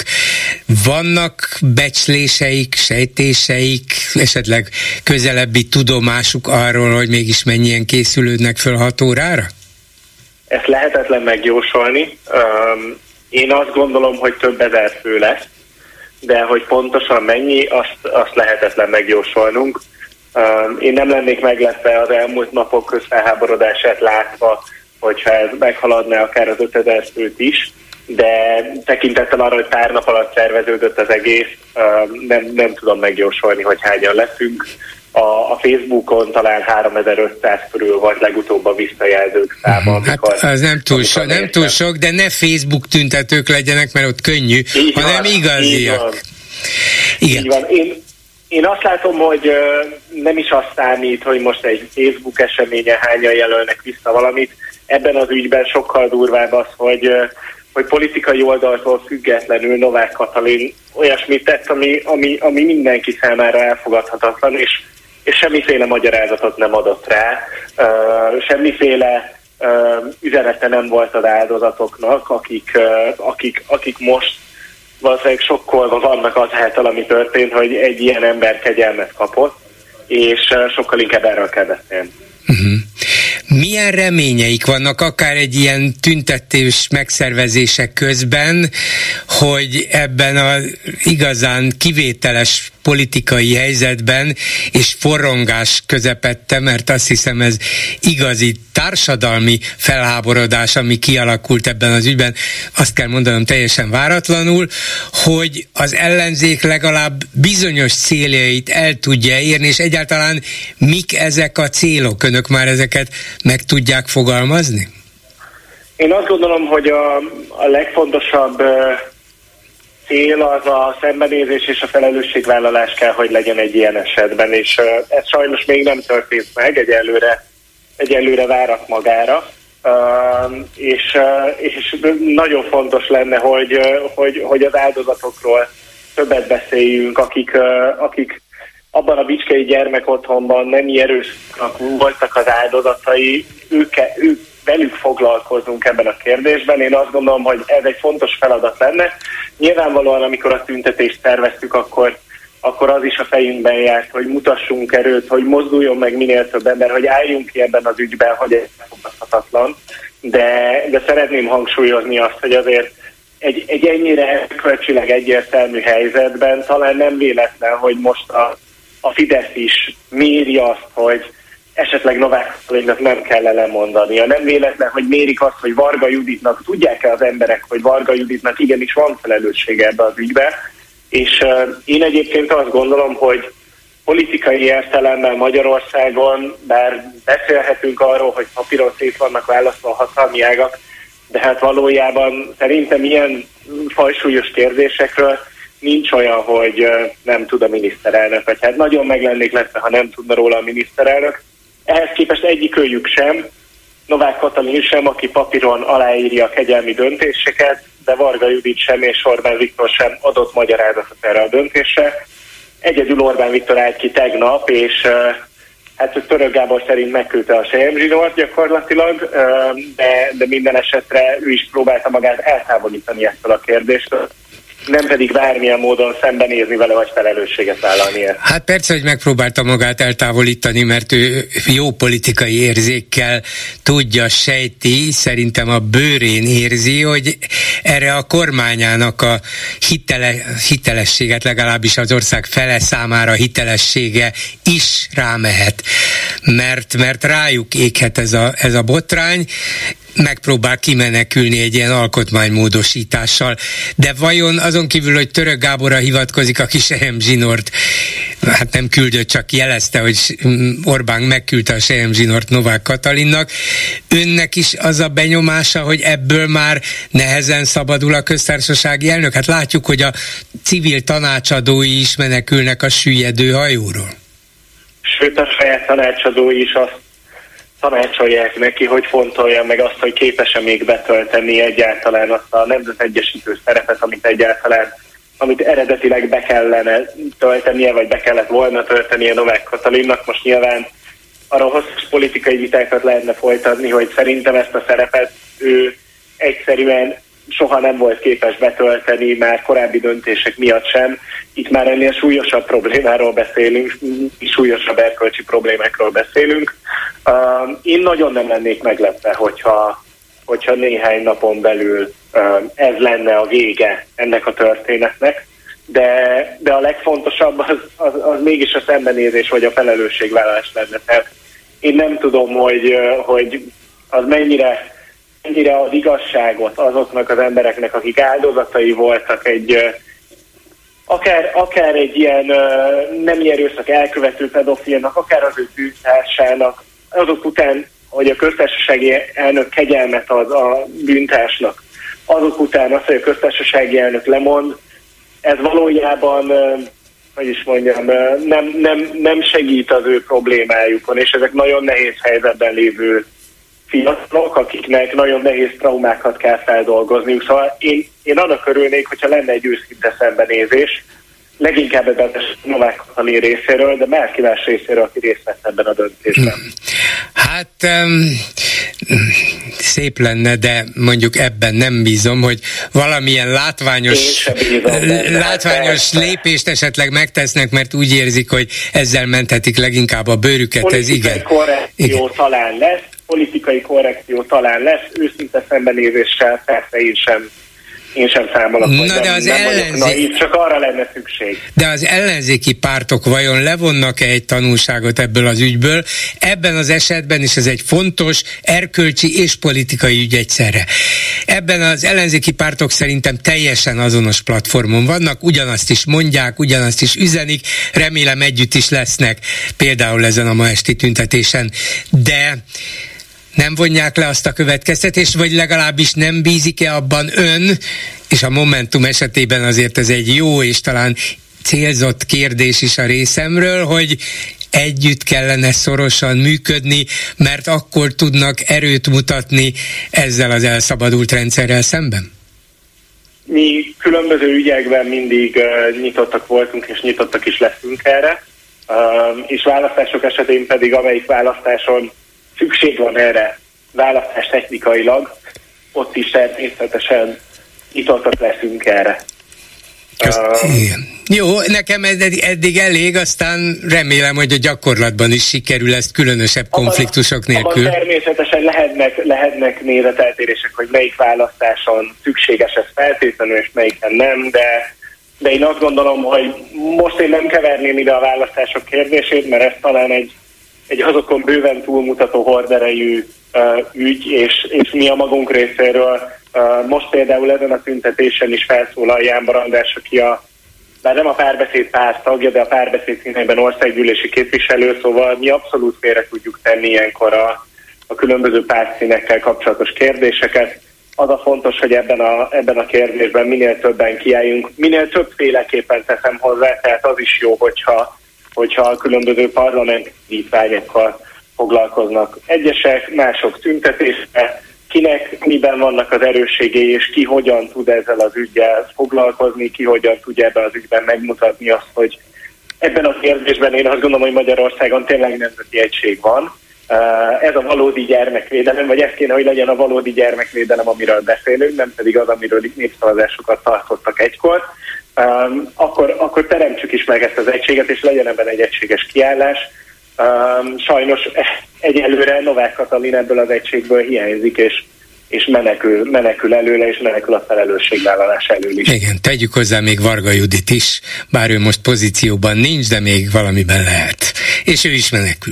Vannak becsléseik, sejtéseik, esetleg közelebbi tudomásuk arról, hogy mégis mennyien készülődnek föl hat órára? Ezt lehetetlen megjósolni. Um, én azt gondolom, hogy több ezer fő lesz, de hogy pontosan mennyi, azt, azt lehetetlen megjósolnunk. Én nem lennék meglepve az elmúlt napok közfelháborodását látva, hogyha ez meghaladná akár az ötezer főt is, de tekintettel arra, hogy pár nap alatt szerveződött az egész, nem, nem tudom megjósolni, hogy hányan leszünk. A, a Facebookon talán háromezer-ötszáz körül volt legutóbb a visszajelzők száma. Amikor, hát az nem túl, so, nem túl sok, de ne Facebook tüntetők legyenek, mert ott könnyű, így hanem van, igaziak. Igen. Így van. Én, Én azt látom, hogy nem is azt számít, hogy most egy Facebook eseményen hányan jelölnek vissza valamit. Ebben az ügyben sokkal durvább az, hogy, hogy politikai oldaltól függetlenül Novák Katalin olyasmit tett, ami, ami, ami mindenki számára elfogadhatatlan, és, és semmiféle magyarázatot nem adott rá, semmiféle üzenete nem volt az áldozatoknak, akik, akik, akik most valószínűleg sokkolva vannak azáltal, ami történt, hogy egy ilyen ember kegyelmet kapott, és sokkal inkább erről kell beszélni. Uh-huh. milyen reményeik vannak akár egy ilyen tüntetés megszervezése közben, hogy ebben az igazán kivételes politikai helyzetben és forrongás közepette, mert azt hiszem ez igazi társadalmi felháborodás, ami kialakult ebben az ügyben, azt kell mondanom teljesen váratlanul, hogy az ellenzék legalább bizonyos céljait el tudja érni, és egyáltalán mik ezek a célok? Önök már ezeket meg tudják fogalmazni? Én azt gondolom, hogy a, a legfontosabb cél az a szembenézés és a felelősségvállalás kell, hogy legyen egy ilyen esetben, és ez sajnos még nem történt meg, egyelőre, egyelőre várat magára, és, és nagyon fontos lenne, hogy, hogy, hogy az áldozatokról többet beszéljünk, akik, akik abban a bicskei gyermekotthonban nem erőszaknak voltak az áldozatai, ők, ők velük foglalkozunk ebben a kérdésben. Én azt gondolom, hogy ez egy fontos feladat lenne. Nyilvánvalóan, amikor a tüntetést terveztük, akkor, akkor az is a fejünkben járt, hogy mutassunk erőt, hogy mozduljon meg minél több ember, hogy álljunk ki ebben az ügyben, hogy ez elfogadhatatlan. De, de szeretném hangsúlyozni azt, hogy azért egy, egy ennyire kölcsileg egyértelmű helyzetben talán nem véletlen, hogy most a, a Fidesz is méri azt, hogy esetleg Novák Katalinnak nem kell lemondania. Nem véletlen, hogy mérik azt, hogy Varga Juditnak, tudják-e az emberek, hogy Varga Juditnak igenis van felelőssége ebbe az ügybe, és uh, én egyébként azt gondolom, hogy politikai értelemben Magyarországon, bár beszélhetünk arról, hogy papíron szét vannak választva a hatalmi ágak, de hát valójában szerintem ilyen fajsúlyos kérdésekről nincs olyan, hogy uh, nem tud a miniszterelnök, vagy hát nagyon meglennék lesz, ha nem tudna róla a miniszterelnök. Ehhez képest egyikőjük sem, Novák Katalin sem, aki papíron aláírja a kegyelmi döntéseket, de Varga Judit sem és Orbán Viktor sem adott magyarázatot erre a döntésre. Egyedül Orbán Viktor állt ki tegnap, és hát Török Gábor szerint megküldte a selyemzsinort gyakorlatilag, de, de minden esetre ő is próbálta magát eltávolítani ettől a kérdéstől, nem pedig bármilyen módon szembenézni vele, vagy felelősséget vállalni ezt. Hát persze, hogy megpróbálta magát eltávolítani, mert ő jó politikai érzékkel tudja, sejti, szerintem a bőrén érzi, hogy erre a kormányának a hitele, hitelességet, legalábbis az ország fele számára hitelessége is rámehet, mert, mert rájuk éghet ez a, ez a botrány, megpróbál kimenekülni egy ilyen alkotmánymódosítással. De vajon azon kívül, hogy Török Gáborra hivatkozik, aki selyemzsinort, hát nem küldött, csak jelezte, hogy Orbán megküldte a selyemzsinort Novák Katalinnak, önnek is az a benyomása, hogy ebből már nehezen szabadul a köztársasági elnök? Hát látjuk, hogy a civil tanácsadói is menekülnek a süllyedő hajóról. Sőt, a saját tanácsadói is azt tanácsolják neki, hogy fontolja meg azt, hogy képes-e még betölteni egyáltalán azt a nemzetegyesítő szerepet, amit egyáltalán, amit eredetileg be kellene töltenie, vagy be kellett volna töltenie Novák Katalinnak. Most nyilván arra hosszas politikai vitákat lehetne folytatni, hogy szerintem ezt a szerepet ő egyszerűen soha nem volt képes betölteni, már korábbi döntések miatt sem. Itt már ennél súlyosabb problémáról beszélünk, súlyosabb erkölcsi problémákról beszélünk. Uh, én nagyon nem lennék meglepve, hogyha, hogyha néhány napon belül uh, ez lenne a vége ennek a történetnek, de, de a legfontosabb az, az, az mégis a szembenézés vagy a felelősségvállalás lenne. Tehát én nem tudom, hogy, hogy az mennyire mennyire az igazságot azoknak az embereknek, akik áldozatai voltak egy akár, akár egy ilyen nem erőszak elkövető pedofilnak, akár az ő bűntársának, azok után, hogy a köztársasági elnök kegyelmet ad a bűntársnak, azok után az, hogy a köztársasági elnök lemond, ez valójában, hogy is mondjam, nem, nem, nem segít az ő problémájukon, és ezek nagyon nehéz helyzetben lévő fiatalok, akiknek nagyon nehéz traumákat kell feldolgozniuk. Szóval én, én annak örülnék, hogyha lenne egy őszinte szembenézés, leginkább ebben a Novák Katalin részéről, de Márki Várs részéről, aki részt vett ebben a döntésben. Hát um, szép lenne, de mondjuk ebben nem bízom, hogy valamilyen látványos, bízom, látványos lépést esetleg megtesznek, mert úgy érzik, hogy ezzel menthetik leginkább a bőrüket. Ez igen. Korrekció talán lesz, politikai korrekció talán lesz, őszinte szembenézéssel persze én sem Én sem számolok, hogy Na, de az nem, nem ellenzé... naív, csak arra lenne szükség. De az ellenzéki pártok vajon levonnak-e egy tanulságot ebből az ügyből? Ebben az esetben is ez egy fontos erkölcsi és politikai ügy egyszerre. Ebben az ellenzéki pártok szerintem teljesen azonos platformon vannak, ugyanazt is mondják, ugyanazt is üzenik, remélem együtt is lesznek, például ezen a ma esti tüntetésen, de nem vonják le azt a következtetést, vagy legalábbis nem bízik-e abban ön, és a Momentum esetében azért ez egy jó és talán célzott kérdés is a részemről, hogy együtt kellene szorosan működni, mert akkor tudnak erőt mutatni ezzel az elszabadult rendszerrel szemben? Mi különböző ügyekben mindig uh, nyitottak voltunk, és nyitottak is leszünk erre, uh, és választások esetén pedig, amelyik választáson szükség van erre választás technikailag, ott is természetesen nyitottak leszünk erre. Uh, Jó, nekem eddig, eddig elég, aztán remélem, hogy a gyakorlatban is sikerül ezt különösebb konfliktusok nélkül. Abban természetesen lehetnek, lehetnek nézeteltérések, hogy melyik választáson szükséges ez feltétlenül, és melyiken nem, de, de én azt gondolom, hogy most én nem keverném ide a választások kérdését, mert ez talán egy egy azokon bőven túlmutató horderejű uh, ügy, és, és mi a magunk részéről uh, most például ezen a tüntetésen is felszólal Jánbor András, aki a, bár nem a Párbeszéd párt tagja, de a Párbeszéd színeiben országgyűlési képviselő, szóval mi abszolút félre tudjuk tenni ilyenkor a, a különböző pártszínekkel kapcsolatos kérdéseket. Az a fontos, hogy ebben a, ebben a kérdésben minél többen kiálljunk, minél többféleképpen teszem hozzá, tehát az is jó, hogyha hogyha a különböző parlamenti indítványokkal foglalkoznak egyesek, mások tüntetésre, kinek miben vannak az erősségei, és ki hogyan tud ezzel az üggyel foglalkozni, ki hogyan tudja ebben az ügyben megmutatni azt, hogy ebben a kérdésben én azt gondolom, hogy Magyarországon tényleg nemzeti egység van. Ez a valódi gyermekvédelem, vagy ez kéne, hogy legyen a valódi gyermekvédelem, amiről beszélünk, nem pedig az, amiről itt népszavazásokat tartottak egykor. Um, akkor, akkor teremtsük is meg ezt az egységet, és legyen ebben egy egységes kiállás. Um, sajnos egyelőre Novák Katalin ebből az egységből hiányzik, és, és menekül, menekül előle, és menekül a felelősségvállalás elől is. Igen, tegyük hozzá még Varga Judit is, bár ő most pozícióban nincs, de még valamiben lehet. És ő is menekül.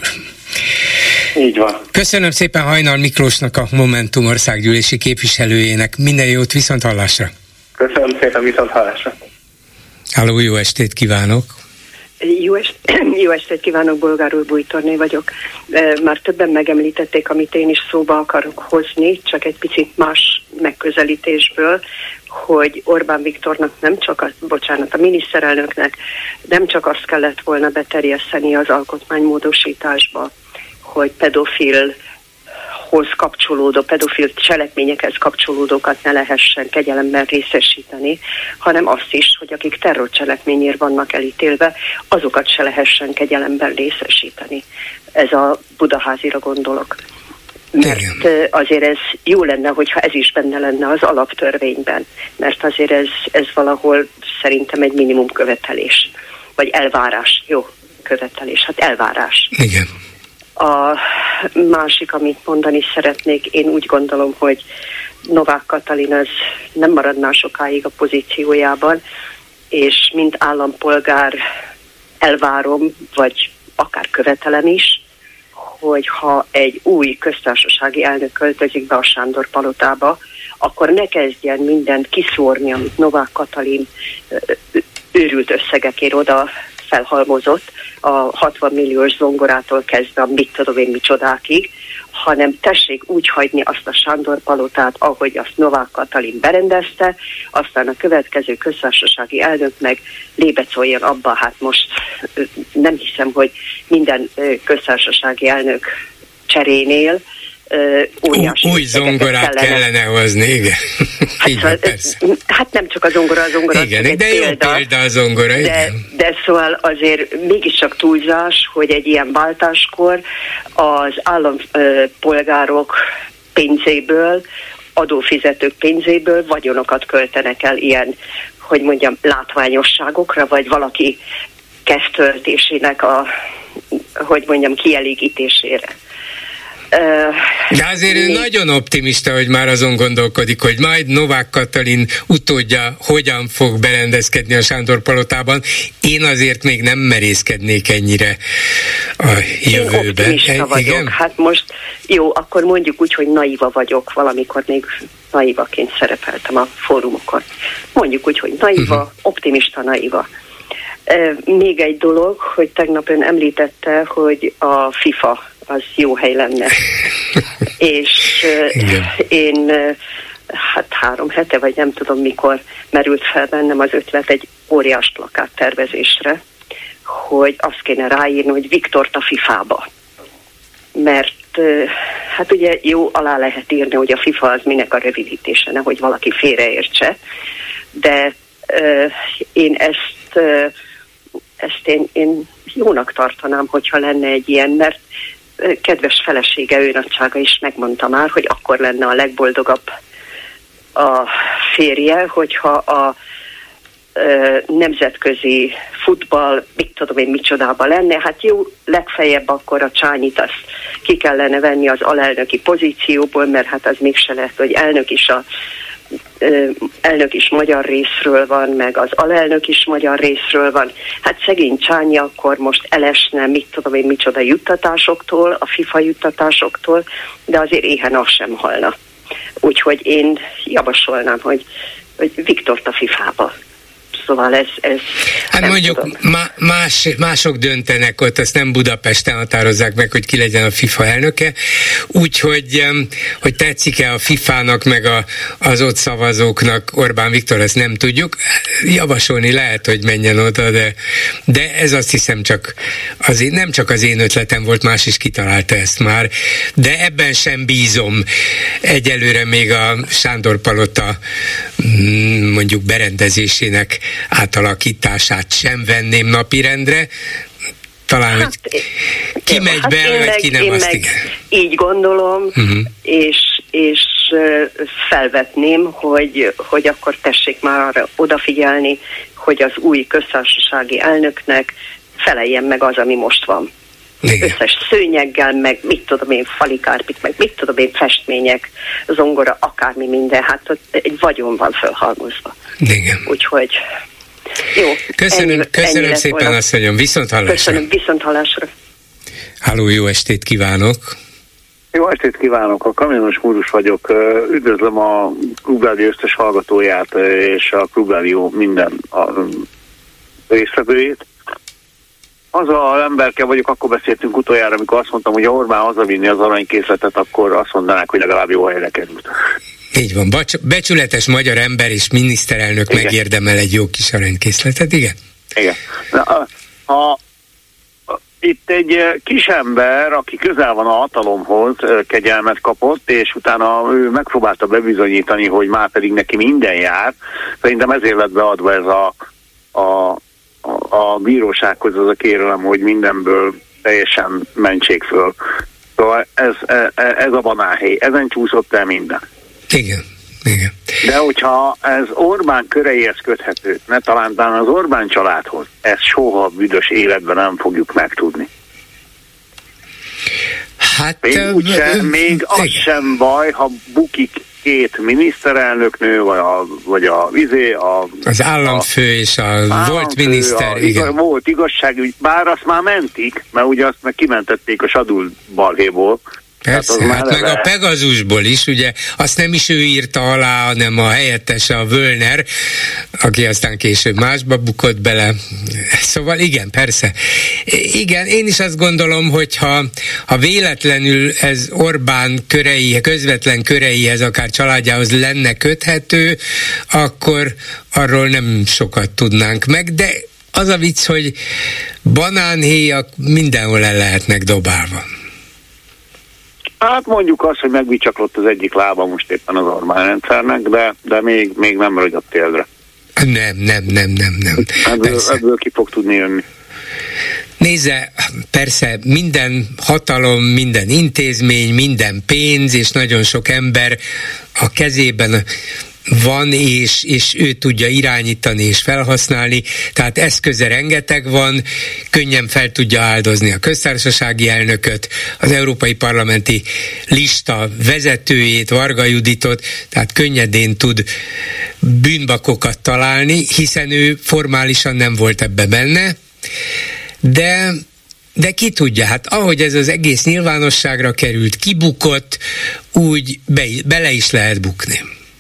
Így van. Köszönöm szépen Hajnal Miklósnak, a Momentum országgyűlési képviselőjének. Minden jót, viszont hallásra. Köszönöm szépen, viszont hallásra. Halló, jó estét kívánok! Jó, est- jó estét kívánok, Bolgár úr, Bújtorné vagyok. Már többen megemlítették, amit én is szóba akarok hozni, csak egy picit más megközelítésből, hogy Orbán Viktornak nem csak, a, bocsánat, a miniszterelnöknek nem csak azt kellett volna beterjeszteni az alkotmánymódosításba, hogy pedofil hoz kapcsolódó, pedofil cselekményekhez kapcsolódókat ne lehessen kegyelemben részesíteni, hanem azt is, hogy akik terrorcselekményért vannak elítélve, azokat se lehessen kegyelemben részesíteni. Ez a Budaházira gondolok. Mert azért ez jó lenne, hogyha ez is benne lenne az alaptörvényben, mert azért ez, ez valahol szerintem egy minimum követelés, vagy elvárás, jó követelés, hát elvárás. Igen. A másik, amit mondani szeretnék, én úgy gondolom, hogy Novák Katalin az nem maradná sokáig a pozíciójában, és mint állampolgár elvárom, vagy akár követelem is, hogy ha egy új köztársasági elnök költözik be a Sándor palotába, akkor ne kezdjen mindent kiszórni, amit Novák Katalin őrült összegekért oda felhalmozott, a hatvan milliós zongorától kezdve a mit tudom én micsodákig, hanem tessék úgy hagyni azt a Sándor palotát, ahogy azt Novák Katalin berendezte, aztán a következő köztársasági elnök meg lébecoljon abba. Hát most nem hiszem, hogy minden köztársasági elnök cserénél óriási új zongorát kellene, kellene hozni, igen. Hát, így van, persze. Hát nem csak a zongora, a zongora igen, de jó példa, példa a zongora, de, igen. De szóval azért mégiscsak túlzás, hogy egy ilyen váltáskor az állampolgárok pénzéből, adófizetők pénzéből vagyonokat költenek el ilyen, hogy mondjam, látványosságokra, vagy valaki kezdtöltésének a, hogy mondjam, kielégítésére. De azért ő nagyon optimista, hogy már azon gondolkodik, hogy majd Novák Katalin utódja hogyan fog berendezkedni a Sándor palotában. Én azért még nem merészkednék ennyire a jövőben. Én optimista vagyok. Igen? Hát most jó, akkor mondjuk úgy, hogy naiva vagyok. Valamikor még naivaként szerepeltem a fórumokon. Mondjuk úgy, hogy naiva, uh-huh. optimista naiva. Még egy dolog, hogy tegnap ön említette, hogy a FIFA az jó hely lenne. És igen. én hát három hete, vagy nem tudom mikor merült fel bennem az ötlet egy óriás plakát tervezésre, hogy azt kéne ráírni, hogy Viktort a fifába. Mert hát ugye jó, alá lehet írni, hogy a FIFA az minek a rövidítése, nehogy valaki félreértse, de uh, én ezt uh, ezt én, én jónak tartanám, hogyha lenne egy ilyen, mert kedves felesége, ő nagysága is megmondta már, hogy akkor lenne a legboldogabb a férje, hogyha a ö, nemzetközi futball, mit tudom én micsodában lenne. Hát jó, legfeljebb akkor a Csányit azt ki kellene venni az alelnöki pozícióból, mert hát az mégse lehet, hogy elnök is a elnök is magyar részről van, meg az alelnök is magyar részről van. Hát szegény Csányi akkor most elesne, mit tudom én, micsoda juttatásoktól, a FIFA juttatásoktól, de azért éhen az sem halna. Úgyhogy én javasolnám, hogy, hogy Viktort a fifába. Szóval ez... ez hát mondjuk má, más, mások döntenek ott, azt nem Budapesten határozzák meg, hogy ki legyen a FIFA elnöke, úgyhogy hogy tetszik-e a fifának, meg a, az ott szavazóknak Orbán Viktor, ezt nem tudjuk. Javasolni lehet, hogy menjen oda, de, de ez azt hiszem csak az én, nem csak az én ötletem volt, más is kitalálta ezt már, de ebben sem bízom egyelőre még a Sándor palota mondjuk berendezésének átalakítását sem venném napirendre. Talán, hát, hogy ki megy hát be, vagy meg, ki nem, azt igen. Így gondolom, uh-huh. és, és felvetném, hogy, hogy akkor tessék már arra odafigyelni, hogy az új köztársasági elnöknek feleljen meg az, ami most van. Igen. Összes szőnyeggel, meg mit tudom én, falikárpit, meg mit tudom én, festmények, zongora, akármi minden, hát ott egy vagyon van fölhalmozva. Igen. Úgyhogy jó. Köszönöm, ennyi, köszönöm ennyi szépen, asszonyom, viszont hallásra. Köszönöm, viszont hallásra. Halló, jó estét kívánok! Jó estét kívánok, a Kamionos Múrus vagyok. Üdvözlöm a Klubrádió összes hallgatóját és a Klubrádió minden a résztvevőjét. Az az emberke vagyok, akkor beszéltünk utoljára, amikor azt mondtam, hogy ha Orbán hazavinni az aranykészletet, akkor azt mondanák, hogy legalább jó helyre került. Így van, Bacs- becsületes magyar ember és miniszterelnök igen. megérdemel egy jó kis aranykészletet, igen? Igen. Na, a, a, a, itt egy kis ember, aki közel van a hatalomhoz, kegyelmet kapott, és utána ő megpróbálta bebizonyítani, hogy már pedig neki minden jár. Szerintem ezért lett beadva ez a, a a bírósághoz az a kérelem, hogy mindenből teljesen mentsék föl. Szóval ez, ez a banánhéj. Ezen csúszott el minden. Igen, igen. De hogyha ez Orbán köreihez köthető, ne talán az Orbán családhoz, ezt soha büdös életben nem fogjuk megtudni. Hát... Még, úgysem, még az sem baj, ha bukik két miniszterelnöknő, vagy a, vagy a vizé, a... Az államfő a, és a államfő, volt miniszter, a, igen. Igaz, volt igazságügy, bár azt már mentik, mert ugye azt meg kimentették a Sadul balhéból. Persze, hát meg a Pegazusból is, ugye, azt nem is ő írta alá, hanem a helyettese, a Völner, aki aztán később másba bukott bele. Szóval igen, persze. Igen, én is azt gondolom, hogy ha, ha véletlenül ez Orbán körei, közvetlen köreihez, akár családjához lenne köthető, akkor arról nem sokat tudnánk meg, de az a vicc, hogy banánhéjak mindenhol el lehetnek dobálva. Hát mondjuk azt, hogy megbicsaklott az egyik lába most éppen az Orbán rendszernek, de, de még, még nem ragyott téldre. Nem, nem, nem, nem, nem. Ebből, ebből ki fog tudni jönni. Nézze, persze minden hatalom, minden intézmény, minden pénz és nagyon sok ember a kezében van, és, és ő tudja irányítani és felhasználni, tehát eszköze rengeteg van, könnyen fel tudja áldozni a köztársasági elnököt, az európai parlamenti lista vezetőjét, Varga Juditot, tehát könnyedén tud bűnbakokat találni, hiszen ő formálisan nem volt ebbe benne, de De ki tudja, hát ahogy ez az egész nyilvánosságra került, kibukott, úgy be, bele is lehet bukni.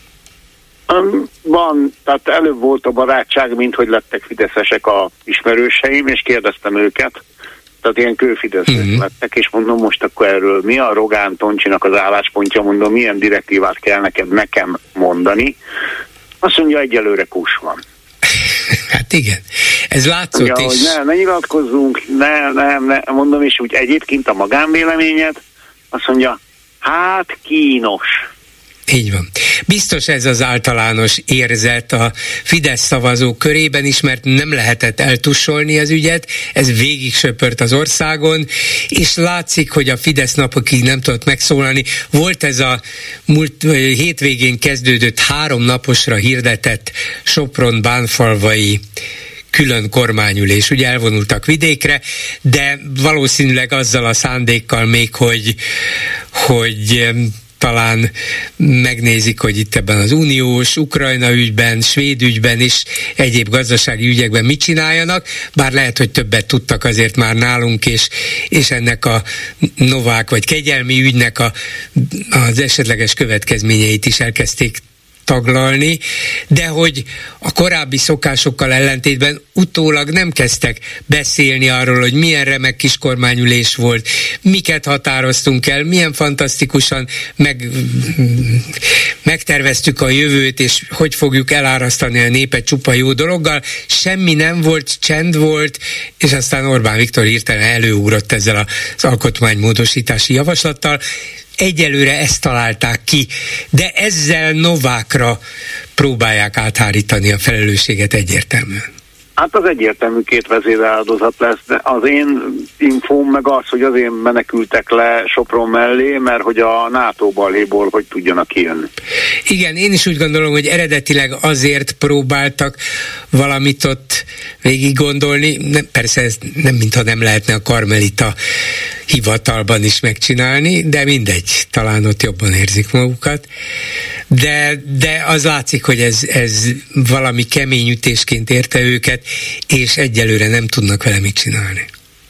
Van, tehát előbb volt a barátság, mint hogy lettek fideszesek a ismerőseim, és kérdeztem őket, tehát ilyen kőfideszesek mm-hmm. lettek, és mondom, most akkor erről mi a Rogán Toncsinak az álláspontja, mondom, milyen direktívát kell neked nekem mondani. Azt mondja, egyelőre kus van. Hát igen, ez látszott ja, is. Ne, ne nyilatkozzunk, ne, ne, ne, mondom, és úgy egyébként a magánvéleményed, azt mondja, hát kínos. Így van. Biztos ez az általános érzet a Fidesz szavazók körében is, mert nem lehetett eltussolni az ügyet, ez végig söpört az országon, és látszik, hogy a Fidesz napokig nem tudott megszólalni. Volt ez a múlt hétvégén kezdődött három naposra hirdetett Sopron-Bánfalvai külön kormányülés, ugye elvonultak vidékre, de valószínűleg azzal a szándékkal még, hogy, hogy talán megnézik, hogy itt ebben az uniós, Ukrajna ügyben, svéd ügyben és egyéb gazdasági ügyekben mit csináljanak, bár lehet, hogy többet tudtak azért már nálunk, és, és ennek a Novák vagy kegyelmi ügynek a, az esetleges következményeit is elkezdték taglalni, de hogy a korábbi szokásokkal ellentétben utólag nem kezdtek beszélni arról, hogy milyen remek kis kormányülés volt, miket határoztunk el, milyen fantasztikusan meg, megterveztük a jövőt, és hogy fogjuk elárasztani a népet csupa jó dologgal. Semmi nem volt, csend volt, és aztán Orbán Viktor hirtelen előugrott ezzel az alkotmánymódosítási javaslattal. Egyelőre ezt találták ki, de ezzel Novákra próbálják áthárítani a felelősséget egyértelműen. Hát az egyértelmű két vezéráldozat lesz, de az én infóm meg az, hogy azért menekültek le Sopron mellé, mert hogy a NATO balhéból hogy tudjanak kijönni. Igen, én is úgy gondolom, hogy eredetileg azért próbáltak valamit ott végig gondolni, nem, persze ez nem mintha nem lehetne a karmelita hivatalban is megcsinálni, de mindegy, talán ott jobban érzik magukat. De, de az látszik, hogy ez, ez valami kemény ütésként érte őket, és egyelőre nem tudnak vele mit csinálni.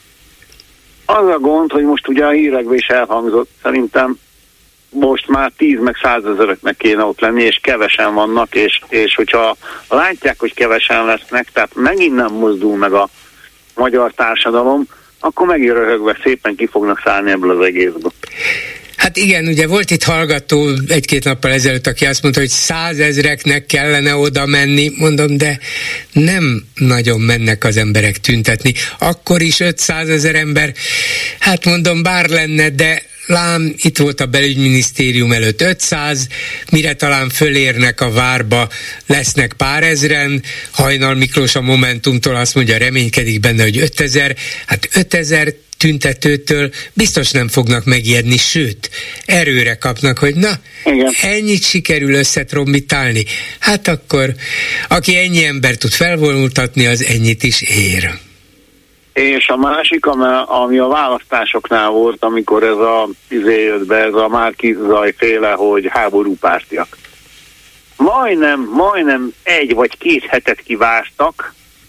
Az a gond, hogy most ugye a hírekben is elhangzott, szerintem most már tíz meg százezreknek kéne ott lenni, és kevesen vannak, és, és hogyha látják, hogy kevesen lesznek, tehát megint nem mozdul meg a magyar társadalom, akkor megint röhögve szépen ki fognak szállni ebből az egészből. Hát igen, ugye volt itt hallgató egy-két nappal ezelőtt, aki azt mondta, hogy százezreknek kellene oda menni, mondom, de nem nagyon mennek az emberek tüntetni. Akkor is ötszázezer ember, hát mondom, bár lenne, de lám, itt volt a belügyminisztérium előtt ötszáz, mire talán fölérnek a várba, lesznek pár ezren, Hajnal Miklós a Momentumtól azt mondja, reménykedik benne, hogy ötezer, hát ötezer tüntetőtől biztos nem fognak megijedni, sőt, erőre kapnak, hogy na, igen, ennyit sikerül összetrombitálni. Hát akkor, aki ennyi ember tud felvonultatni, az ennyit is ér. És a másik, ami a választásoknál volt, amikor ez a izé jött be, ez a Márki-Zay féle, hogy háborúpártiak. Majdnem, majdnem egy vagy két hetet kivártak,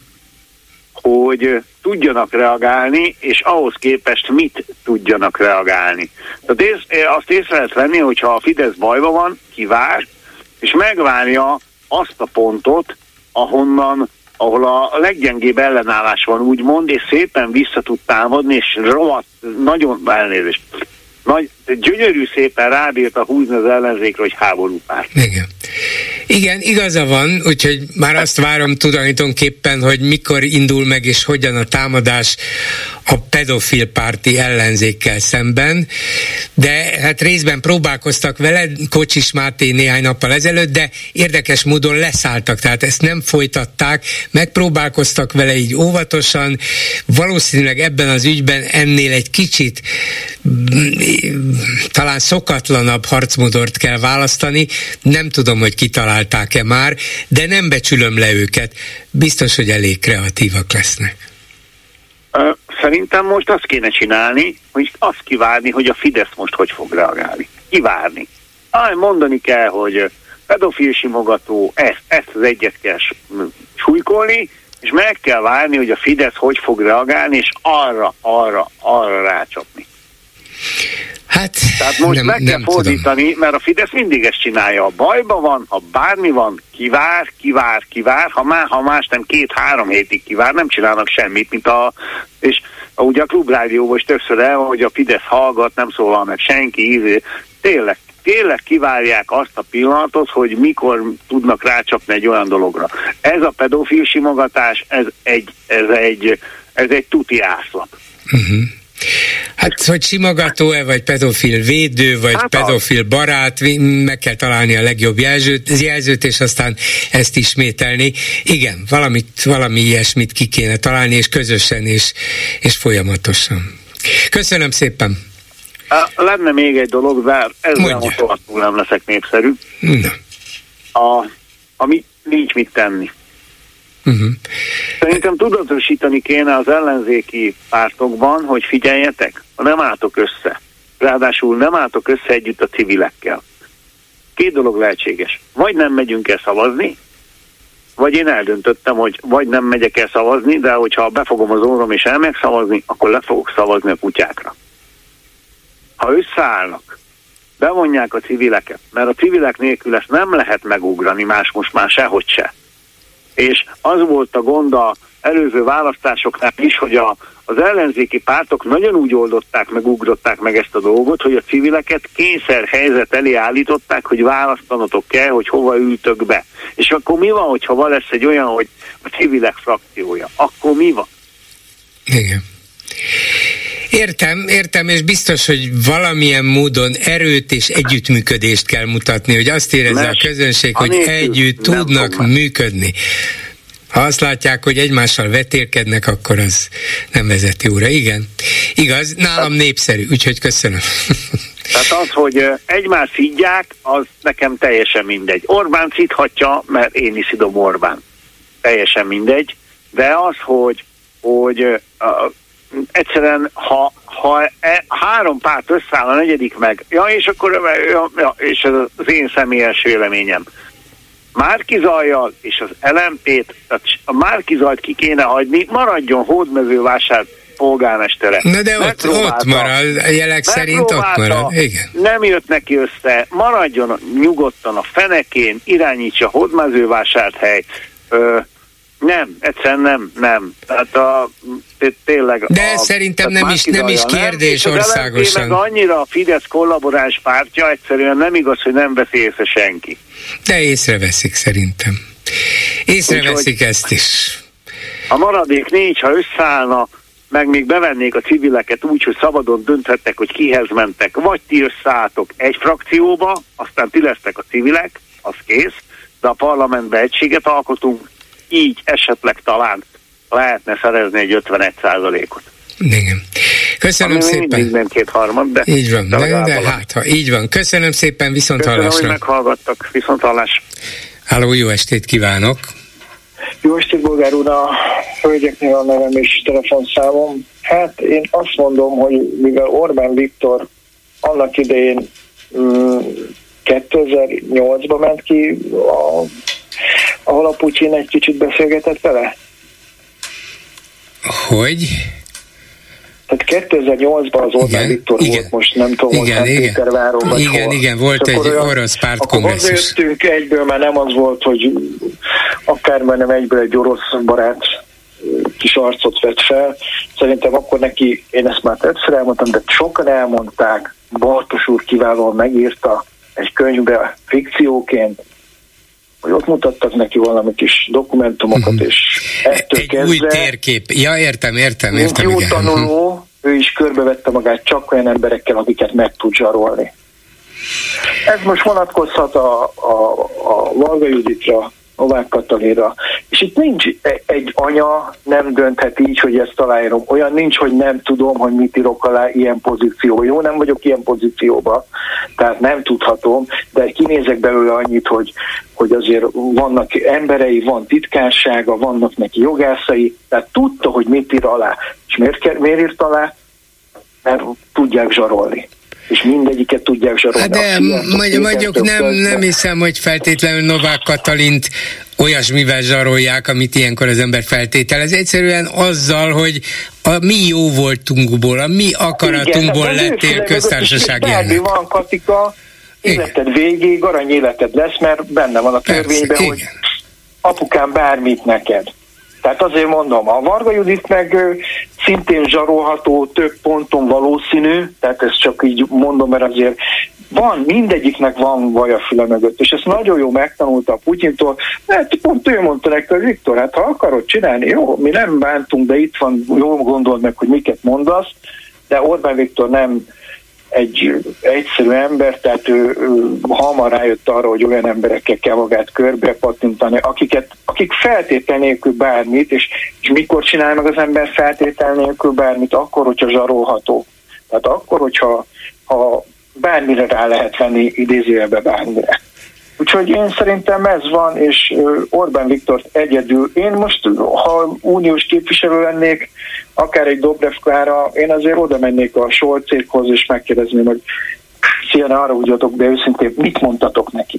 hogy tudjanak reagálni, és ahhoz képest mit tudjanak reagálni. Tehát ész, azt észre lehet venni, hogyha a Fidesz bajba van, kivár, és megvárja azt a pontot, ahonnan, ahol a leggyengébb ellenállás van, úgymond, és szépen vissza tud támadni, és rohadt, nagyon elnézést. Nagy, gyönyörű szépen rábírta húzni az ellenzékre, hogy háborúpárt. Igen. Igen, igaza van, úgyhogy már azt várom tulajdonképpen, hogy mikor indul meg és hogyan a támadás a pedofil párti ellenzékkel szemben, de hát részben próbálkoztak vele, Kocsis Máté néhány nappal ezelőtt, de érdekes módon leszálltak, tehát ezt nem folytatták, megpróbálkoztak vele így óvatosan, valószínűleg ebben az ügyben ennél egy kicsit talán szokatlanabb harcmodort kell választani, nem tudom, hogy kitalálták-e már, de nem becsülöm le őket, biztos, hogy elég kreatívak lesznek. Szerintem most azt kéne csinálni, hogy azt kivárni, hogy a Fidesz most hogy fog reagálni. Kivárni. Ah, mondani kell, hogy pedofil simogató, ezt, ezt az egyet kell súlykolni, és meg kell várni, hogy a Fidesz hogy fog reagálni, és arra, arra, arra rácsapni. Hát, Tehát most nem, meg kell fordítani, tudom. Mert a Fidesz mindig ezt csinálja. Ha bajban van, ha bármi van, kivár, kivár, kivár, ha, má, ha más nem két-három hétig kivár, nem csinálnak semmit, mint a, és ugye a Klubrádióban is többször el, hogy a Fidesz hallgat, nem szólal meg senki, ízé. Tényleg, tényleg kivárják azt a pillanatot, hogy mikor tudnak rácsapni egy olyan dologra. Ez a pedofil simogatás, ez egy, ez egy, ez egy tuti ászlap. Uh-huh. Hát, hogy simogató-e, vagy pedofil védő, vagy hát pedofil az. barát, meg kell találni a legjobb jelzőt, jelzőt, és aztán ezt ismételni. Igen, valamit, valami ilyesmit ki kéne találni, és közösen, és, és folyamatosan. Köszönöm szépen! Lenne még egy dolog, bár ezzel most rohadtul nem leszek népszerű. Na. A, ami nincs mit tenni. Uh-huh. Szerintem tudatosítani kéne az ellenzéki pártokban, hogy figyeljetek, nem álltok össze. Ráadásul nem álltok össze együtt a civilekkel. Két dolog lehetséges. Vagy nem megyünk el szavazni, vagy én eldöntöttem, hogy vagy nem megyek el szavazni, de hogyha befogom az orrom és elmegyek szavazni, akkor le fogok szavazni a kutyákra. Ha összeállnak, bevonják a civileket, mert a civilek nélkül ezt nem lehet megugrani, más most már sehogy se. És az volt a gond az előző választásoknál is, hogy a, az ellenzéki pártok nagyon úgy oldották meg, ugrották meg ezt a dolgot, hogy a civileket kényszer helyzet elé állították, hogy választanatok kell, hogy hova ültök be. És akkor mi van, hogyha van lesz egy olyan, hogy a civilek frakciója? Akkor mi van? Igen. Értem, értem, és biztos, hogy valamilyen módon erőt és együttműködést kell mutatni, hogy azt érezze a közönség, hogy együtt tudnak működni. Ha azt látják, hogy egymással vetélkednek, akkor az nem vezet jóra. Igen, igaz, nálam népszerű, úgyhogy köszönöm. Tehát az, hogy egymást szidják, az nekem teljesen mindegy. Orbán szidhatja, mert én is szidom Orbán. Teljesen mindegy. De az, hogy, hogy uh, egyszerűen, ha, ha e, három párt összeáll, a negyedik meg, ja, és akkor, ja, ja, és ez az én személyes véleményem. Márki-Zajjal és az el em pét, tehát a Márki-Zajt ki kéne hagyni, maradjon Hódmezővásár polgármestere. Na de ott, ott marad, a jelek szerint ott marad. Igen. Nem jött neki össze, maradjon nyugodtan a fenekén, irányítsa Hódmezővásárt. Ö, nem, egyszerűen nem, nem. Tehát a, tényleg... De a, szerintem nem is, nem is kérdés nem, országosan. És az annyira a Fidesz kollaboráns pártja, egyszerűen nem igaz, hogy nem veszi észre senki. De észreveszik szerintem. Észreveszik Úgyhogy, ezt is. A maradék négy, ha összeállna, meg még bevennék a civileket úgy, hogy szabadon dönthettek, hogy kihez mentek, vagy ti összeálltok egy frakcióba, aztán ti lesztek a civilek, az kész, de a parlamentben egységet alkotunk, így esetleg talán lehetne szerezni egy ötvenegy százalékot. Igen. Köszönöm Ami szépen. Még nem kétharmad, de... Így van, de, de, de hát, ha így van. Köszönöm szépen, viszont Köszönöm, hallásra. hogy meghallgattak, viszont hallás. Háló, jó estét kívánok. Jó estét, Bolgár úr, a hölgyeknél a nevem és telefonszámom. Hát én azt mondom, hogy mivel Orbán Viktor annak idején mm, kétezer-nyolcban ment ki, a, ahol a Putyin egy kicsit beszélgetett vele. Hogy? Tehát kétezer-nyolcban az Orbán igen, Viktor igen, volt, most nem tudom, igen, hogy igen, Péterváron vagy igen, hol. igen, volt egy olyan, orosz pártkongresszus. Akkor hazajöttünk egyből, mert nem az volt, hogy akár nem egyből egy orosz barát kis arcot vett fel. Szerintem akkor neki, én ezt már többször elmondtam, de sokan elmondták, Bartos úr kiválóan megírta egy könyvbe fikcióként, hogy ott mutattak neki valami kis dokumentumokat, uh-huh. és Ettől egy kezdve, új térkép. Ja, értem, értem, mint értem. jó igen. tanuló, ő is körbevette magát csak olyan emberekkel, akiket meg tud zsarolni. Ez most vonatkozhat a, a, a Varga Juditra, Novák Katalinra, és itt nincs egy anya, nem dönthet így, hogy ezt aláírom. Olyan nincs, hogy nem tudom, hogy mit írok alá ilyen pozíció. Jó, nem vagyok ilyen pozícióban, tehát nem tudhatom, de kinézek belőle annyit, hogy, hogy azért vannak emberei, van titkársága, vannak neki jogászai, tehát tudta, hogy mit ír alá. És miért, miért írt alá? Mert tudják zsarolni. És mindegyiket tudják zsarolni. Hát de mondjuk, mondjuk nem, nem hiszem, hogy feltétlenül Novák Katalint olyasmivel zsarolják, amit ilyenkor az ember feltételez. Egyszerűen azzal, hogy a mi jó voltunkból, a mi akaratunkból igen, lettél köztársasági elnök. Van, Katika, életed végéig, arany életed lesz, mert benne van a törvényben, persze, hogy apukám bármit neked. Tehát azért mondom, a Varga Judit meg szintén zsarolható, több ponton valószínű, tehát ezt csak így mondom, mert azért van, mindegyiknek van vaj a füle mögött, és ezt nagyon jó megtanulta a Putyintól, mert pont ő mondta neki, hogy Viktor, hát ha akarod csinálni, jó, mi nem bántunk, de itt van, jól gondold meg, hogy miket mondasz, de Orbán Viktor nem egy egyszerű ember, tehát ő, ő hamar rájött arra, hogy olyan emberekkel kell magát körbe pattintani, akiket, akik feltétel nélkül bármit, és, és mikor csinál meg az ember feltétel nélkül bármit, akkor, hogyha zsarolható. Tehát akkor, hogyha ha bármire rá lehet venni, idézőjelbe bármire. Úgyhogy én szerintem ez van, és Orbán Viktor egyedül. Én most, ha uniós képviselő lennék, akár egy Dobrev Klára, én azért oda mennék a Scholzékhoz, és megkérdezném, hogy szia, arra úgy adok, de őszintén mit mondtatok neki?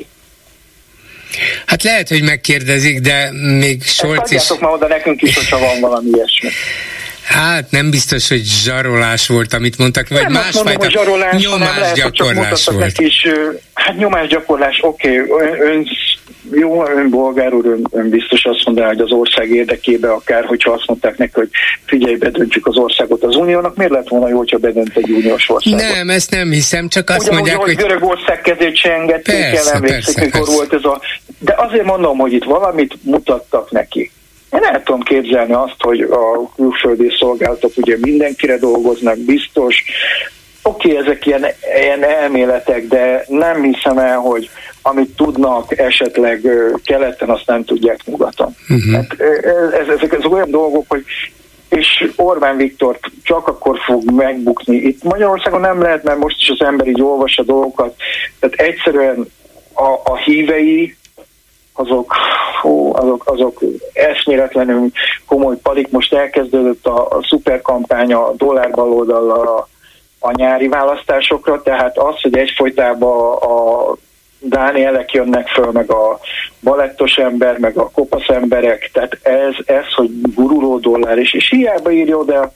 Hát lehet, hogy megkérdezik, de még Scholz is... Adjátok már oda nekünk is, hogyha van valami ilyesmi. Hát nem biztos, hogy zsarolás volt, amit mondtak, vagy másfajta nyomásgyakorlás volt. Is, hát nyomásgyakorlás, oké, okay, ön, ön, jó, ön bolgár úr, ön, ön biztos azt mondaná, hogy az ország érdekébe, akár hogyha azt mondták neki, hogy figyelj, bedöntjük az országot az uniónak, miért lett volna jó, hogyha bedönt egy uniós országot? Nem, ezt nem hiszem, csak azt ugyan, mondják, hogy... Görögország kezét se engedték el, emlékszik, mikor persze. volt ez a... De azért mondom, hogy itt valamit mutattak neki. Én el tudom képzelni azt, hogy a külföldi szolgálatok ugye mindenkire dolgoznak, biztos. Oké, okay, ezek ilyen, ilyen elméletek, de nem hiszem el, hogy amit tudnak esetleg keleten, azt nem tudják nyugaton. Uh-huh. Hát ez, ezek, ezek olyan dolgok, hogy és Orbán Viktor csak akkor fog megbukni. Itt Magyarországon nem lehet, mert most is az ember így olvas a dolgokat. Tehát egyszerűen a, a hívei azok, hú, azok, azok eszméletlenül komoly palik. Most elkezdődött a, a szuperkampány a dollárbaloldallal a, a nyári választásokra, tehát az, hogy egyfolytában a Dánielek jönnek föl, meg a balettos ember, meg a kopasz emberek, tehát ez, ez hogy guruló dollár, és, és hiába írja oda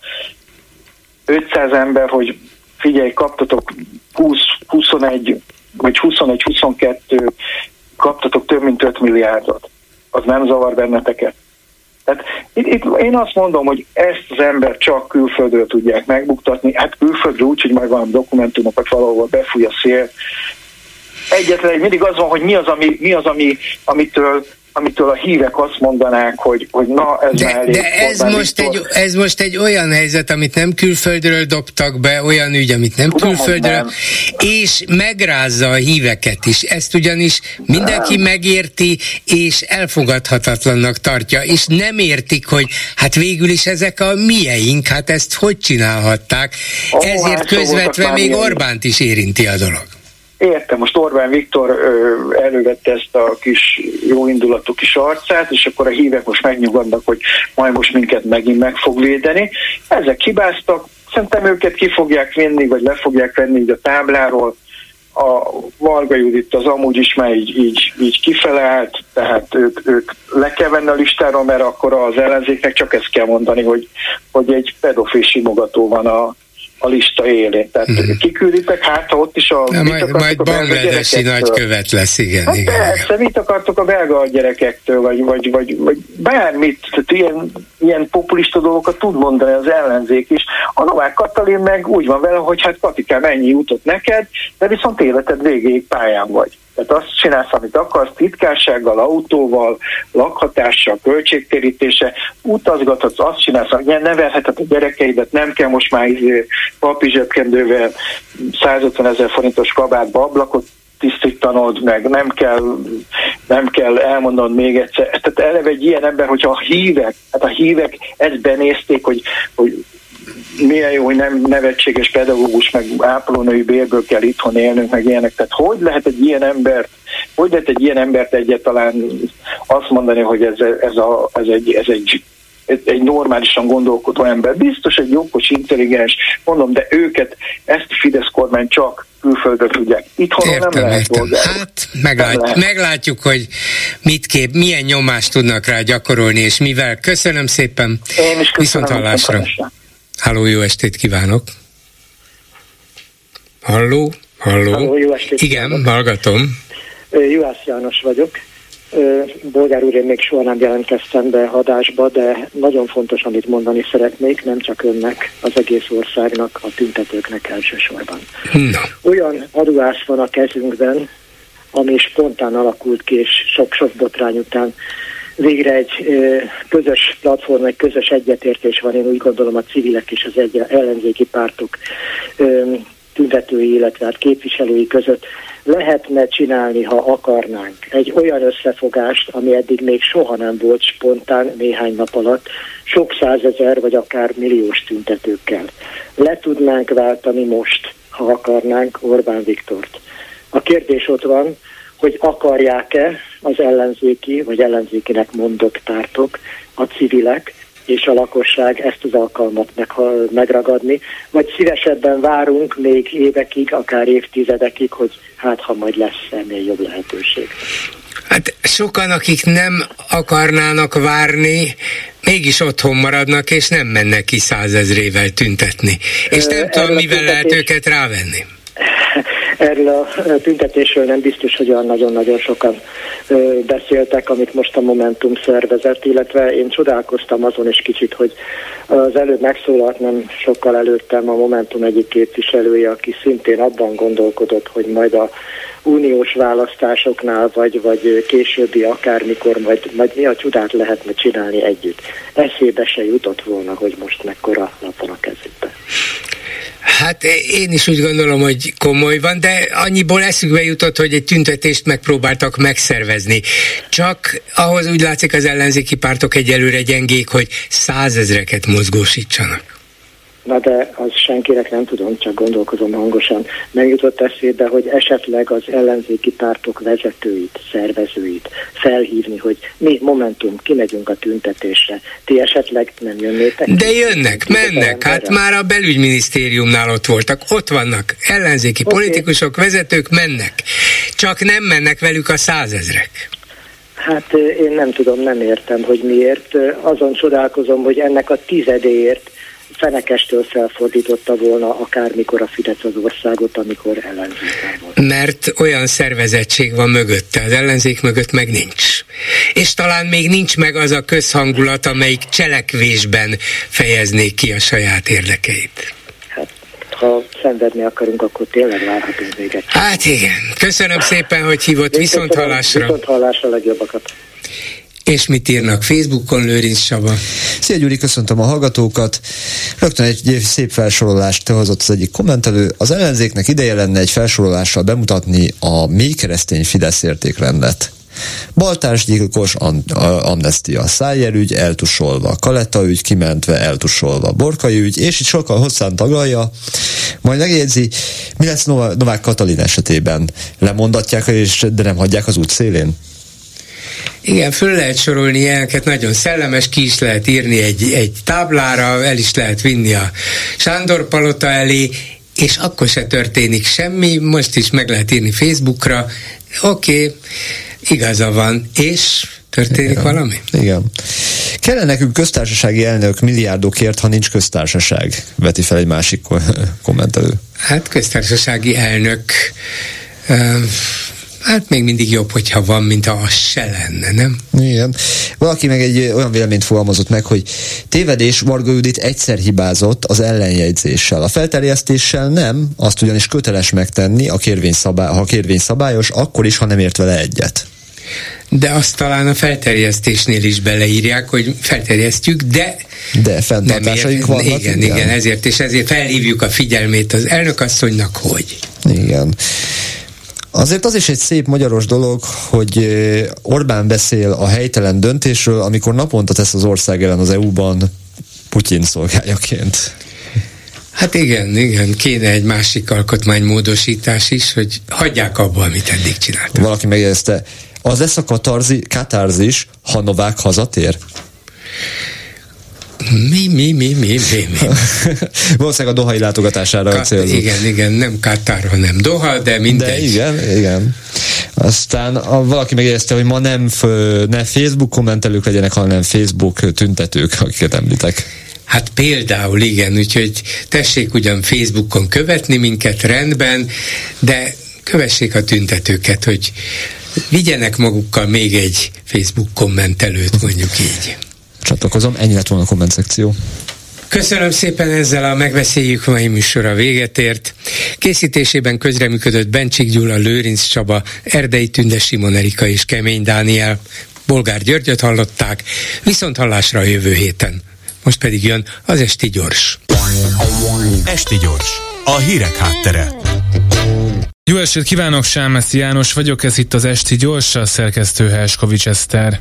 ötszáz ember, hogy figyelj, kaptatok húsz, huszonegy, vagy huszonegy, huszonkettő, kaptatok több mint öt milliárdot. Az nem zavar benneteket? Tehát itt, itt én azt mondom, hogy ezt az ember csak külföldről tudják megbuktatni, hát külföldről úgy, hogy majd valami dokumentumokat valahol befúj a szél. Egyetlen mindig az van, hogy mi az, ami, mi az ami, amitől, amitől a hívek azt mondanák, hogy, hogy na, ez de, már elég. De ez most, egy, ez most egy olyan helyzet, amit nem külföldről dobtak be, olyan ügy, amit nem Tudom, külföldről, nem. És megrázza a híveket is. Ezt ugyanis mindenki nem. megérti, és elfogadhatatlannak tartja, és nem értik, hogy hát végül is ezek a mieink, hát ezt hogy csinálhatták. Oh, Ezért hát közvetve még Orbánt is érinti a dolog. Értem, most Orbán Viktor ö, elővette ezt a kis jóindulatú kis arcát, és akkor a hívek most megnyugodnak, hogy majd most minket megint meg fog védeni. Ezek hibáztak, szerintem őket ki fogják venni, vagy le fogják venni így a tábláról. A Varga Judit az amúgy is már így, így, így kifele állt, tehát ők, ők le kell venni a listáról, mert akkor az ellenzéknek csak ezt kell mondani, hogy, hogy egy pedofil simogató van a a lista élén. Tehát hmm. kikülditek, hát ha ott is a... Na, majd majd bangladesi nagykövet lesz, igen. Hát igen. persze, mit akartok a belga gyerekektől, vagy, vagy, vagy, vagy bármit, tehát ilyen ilyen populista dolgokat tud mondani az ellenzék is. A Novák Katalin meg úgy van vele, hogy hát Katikám, ennyi jutott neked, de viszont életed végéig pályán vagy. Tehát azt csinálsz, amit akarsz, titkársággal, autóval, lakhatással, költségtérítése, utazgathatsz, azt csinálsz, hogy nevelheted a gyerekeidet, nem kell most már papi zsebkendővel százötven ezer forintos kabátba ablakot tisztítanod, meg nem kell, nem kell elmondanod még egyszer. Tehát eleve egy ilyen ember, hogyha a hívek, hát a hívek ezt benézték, hogy, hogy milyen jó, hogy nem nevetséges pedagógus, meg ápolónői bérből kell itthon élnünk, meg ilyenek. Tehát hogy lehet egy ilyen embert, hogy lehet egy ilyen embert egyáltalán azt mondani, hogy ez, ez, a, ez, egy, ez egy egy normálisan gondolkodó ember. Biztos egy okos, intelligens, mondom, de őket, ezt a Fidesz kormány csak külföldön tudják. Itthon nem lehet bolgár. Hát meglát, lehet. Meglátjuk, hogy mit kép, milyen nyomást tudnak rá gyakorolni, és mivel. Köszönöm szépen. Én is köszönöm. Viszonthallásra. Halló, jó estét kívánok. Halló, halló. Halló, jó estét Igen, kívánok. hallgatom. Juhász János vagyok. Bolgár úr, én még soha nem jelentkeztem be adásba, de nagyon fontos, amit mondani szeretnék, nem csak önnek, az egész országnak, a tüntetőknek elsősorban. No. Olyan aduás van a kezünkben, ami spontán alakult ki, és sok-sok botrány után végre egy ö, közös platform, egy közös egyetértés van, én úgy gondolom a civilek és az egy- ellenzéki pártok ö, tüntetői, illetve hát képviselői között lehetne csinálni, ha akarnánk, egy olyan összefogást, ami eddig még soha nem volt spontán néhány nap alatt, sok százezer vagy akár milliós tüntetőkkel. Le tudnánk váltani most, ha akarnánk, Orbán Viktort. A kérdés ott van, hogy akarják-e az ellenzéki, vagy ellenzékinek mondott pártok, a civilek és a lakosság ezt az alkalmat meg, megragadni, vagy szívesebben várunk még évekig, akár évtizedekig, hogy hát ha majd lesz ennél jobb lehetőség. Hát sokan, akik nem akarnának várni, mégis otthon maradnak, és nem mennek ki százezrével tüntetni. És nem tudom, mivel tüntetés... lehet őket rávenni. Erről a tüntetésről nem biztos, hogy olyan nagyon-nagyon sokan ö, beszéltek, amit most a Momentum szervezett, illetve én csodálkoztam azon is kicsit, hogy az előbb megszólalt nem sokkal előttem a Momentum egyik képviselője, aki szintén abban gondolkodott, hogy majd a uniós választásoknál, vagy, vagy későbbi akármikor, majd, majd mi a csodát lehetne csinálni együtt. Eszébe se jutott volna, hogy most mekkora nap van a kezükben. Hát én is úgy gondolom, hogy komoly van, de annyiból eszükbe jutott, hogy egy tüntetést megpróbáltak megszervezni. Csak ahhoz úgy látszik, az ellenzéki pártok egyelőre gyengék, hogy százezreket mozgósítsanak. Na de az senkinek nem tudom, csak gondolkozom hangosan. Megjutott eszébe, hogy esetleg az ellenzéki pártok vezetőit, szervezőit felhívni, hogy mi Momentum, kimegyünk a tüntetésre. Ti esetleg nem jönnétek? De jönnek, mennek. Hát már a belügyminisztériumnál ott voltak. Ott vannak ellenzéki okay. politikusok, vezetők, mennek. Csak nem mennek velük a százezrek. Hát én nem tudom, nem értem, hogy miért. Azon csodálkozom, hogy ennek a tizedéért fenekestől felfordította volna akármikor a Fidesz az országot, amikor ellenzéken volt. Mert olyan szervezettség van mögötte, az ellenzék mögött meg nincs. És talán még nincs meg az a közhangulat, amelyik cselekvésben fejezné ki a saját érdekeit. Hát, ha szenvedni akarunk, akkor tényleg várhatunk még egy. Hát igen. Köszönöm szépen, hogy hívott. Viszonthallásra. Viszonthallásra, legjobbakat. És mit írnak Facebookon, Lőrinc Csaba? Szia Gyuri, köszöntöm a hallgatókat. Rögtön egy szép felsorolást hozott az egyik kommentelő. Az ellenzéknek ideje lenne egy felsorolással bemutatni a mély keresztény Fidesz értékrendet. Baltársgyilkos am- amnestia, Szájer ügy eltusolva, Kaletta ügy kimentve eltusolva, Borkai ügy, és itt sokkal hosszán taglalja, majd megjegyzi, mi lesz Novák Katalin esetében. Lemondatják, és de nem hagyják az út szélén? Igen, föl lehet sorolni ilyeneket, nagyon szellemes, ki is lehet írni egy, egy táblára, el is lehet vinni a Sándor palota elé, és akkor se történik semmi, most is meg lehet írni Facebookra, oké, okay, igaza van, és történik igen, valami? Igen. Kellene nekünk köztársasági elnök milliárdokért, ha nincs köztársaság, veti fel egy másik kommentelő. Hát köztársasági elnök... Uh, Hát még mindig jobb, hogyha van, mint ha az se lenne, nem? Igen. Valaki meg egy olyan véleményt fogalmazott meg, hogy tévedés, Varga Judit egyszer hibázott az ellenjegyzéssel. A felterjesztéssel nem, azt ugyanis köteles megtenni, a kérvény szabály, ha a kérvény szabályos, akkor is, ha nem ért vele egyet. De azt talán a felterjesztésnél is beleírják, hogy felterjesztjük, de de fenntartásaink vannak. Igen, igen, igen, ezért, és ezért felhívjuk a figyelmét az elnökasszonynak, hogy. Igen. Azért az is egy szép magyaros dolog, hogy Orbán beszél a helytelen döntésről, amikor naponta tesz az ország ellen az é u-ban Putyin szolgáljaként. Hát igen, igen, kéne egy másik alkotmánymódosítás is, hogy hagyják abba, amit eddig csináltak. Valaki megjegyezte, az lesz a katarzi, katarzis, ha Novák hazatér? Mi, mi, mi, mi, mi, mi. Valószínűleg a dohai látogatására Kat- célzó. Igen, igen, nem Katár, hanem Doha, de mindegy. De igen, igen. Aztán a, valaki megjegyezte, hogy ma nem f- ne Facebook kommentelők legyenek, hanem Facebook tüntetők, akiket említek. Hát például igen, úgyhogy tessék ugyan Facebookon követni minket, rendben, de kövessék a tüntetőket, hogy vigyenek magukkal még egy Facebook kommentelőt, mondjuk így. Csatlakozom, ennyi lett volna a komment szekció. Köszönöm szépen, ezzel a Megbeszéljük mai műsora véget ért. Készítésében közreműködött Bencsik Gyula, Lőrinc Csaba, Erdei Tünde, Simon Erika és Kemény Dániel. Bolgár Györgyöt hallották, viszont hallásra a jövő héten. Most pedig jön az Esti Gyors. Esti Gyors, a hírek háttere. Jó estét kívánok, Sámeszi János vagyok, ez itt az Esti Gyors, a szerkesztő Helskovics Eszter.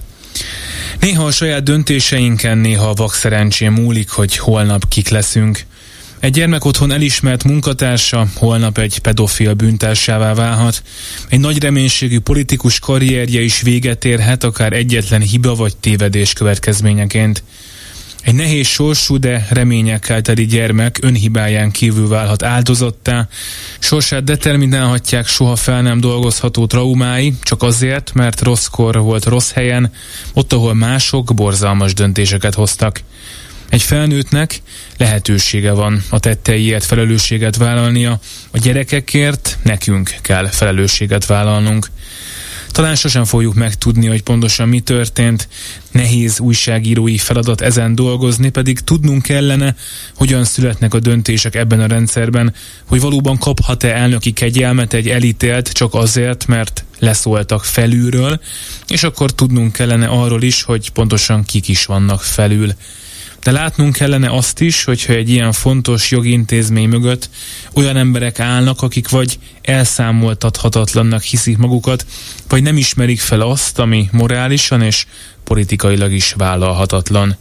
Néha a saját döntéseinken, néha a vakszerencsén múlik, hogy holnap kik leszünk. Egy gyermek otthon elismert munkatársa holnap egy pedofil bűntársává válhat. Egy nagy reménységű politikus karrierje is véget érhet, akár egyetlen hiba vagy tévedés következményeként. Egy nehéz sorsú, de reményekkel teli gyermek önhibáján kívül válhat áldozattá. Sorsát determinálhatják soha fel nem dolgozható traumái, csak azért, mert rosszkor volt rossz helyen, ott, ahol mások borzalmas döntéseket hoztak. Egy felnőttnek lehetősége van a tetteiért felelősséget vállalnia, a gyerekekért nekünk kell felelősséget vállalnunk. Talán sosem fogjuk megtudni, hogy pontosan mi történt, nehéz újságírói feladat ezen dolgozni, pedig tudnunk kellene, hogyan születnek a döntések ebben a rendszerben, hogy valóban kaphat-e elnöki kegyelmet egy elítélt csak azért, mert leszóltak felülről, és akkor tudnunk kellene arról is, hogy pontosan kik is vannak felül. De látnunk kellene azt is, hogyha egy ilyen fontos jogintézmény mögött olyan emberek állnak, akik vagy elszámoltathatatlannak hiszik magukat, vagy nem ismerik fel azt, ami morálisan és politikailag is vállalhatatlan.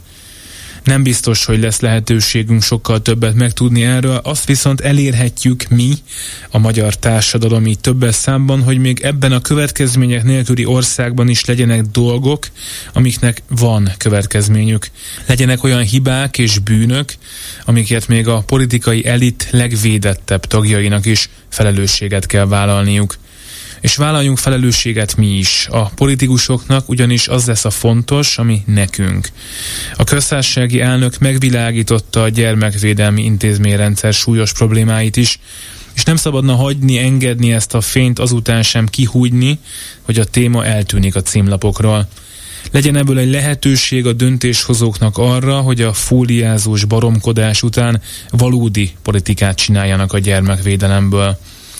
Nem biztos, hogy lesz lehetőségünk sokkal többet megtudni erről, azt viszont elérhetjük mi, a magyar társadalom így többes számban, hogy még ebben a következmények nélküli országban is legyenek dolgok, amiknek van következményük. Legyenek olyan hibák és bűnök, amiket még a politikai elit legvédettebb tagjainak is felelősséget kell vállalniuk. És vállaljunk felelősséget mi is. A politikusoknak ugyanis az lesz a fontos, ami nekünk. A köztársasági elnök megvilágította a gyermekvédelmi intézményrendszer súlyos problémáit is, és nem szabadna hagyni, engedni ezt a fényt azután sem kihújni, hogy a téma eltűnik a címlapokról. Legyen ebből egy lehetőség a döntéshozóknak arra, hogy a fóliázós baromkodás után valódi politikát csináljanak a gyermekvédelemből.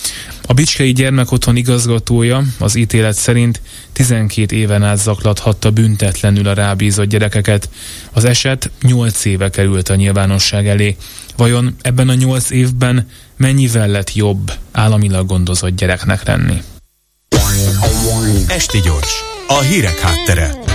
A Bicskei Gyermekotthon igazgatója az ítélet szerint tizenkét éven át zaklathatta büntetlenül a rábízott gyerekeket. Az eset nyolc éve került a nyilvánosság elé. Vajon ebben a nyolc évben mennyivel lett jobb államilag gondozott gyereknek lenni? Esti Gyors, a hírek háttere.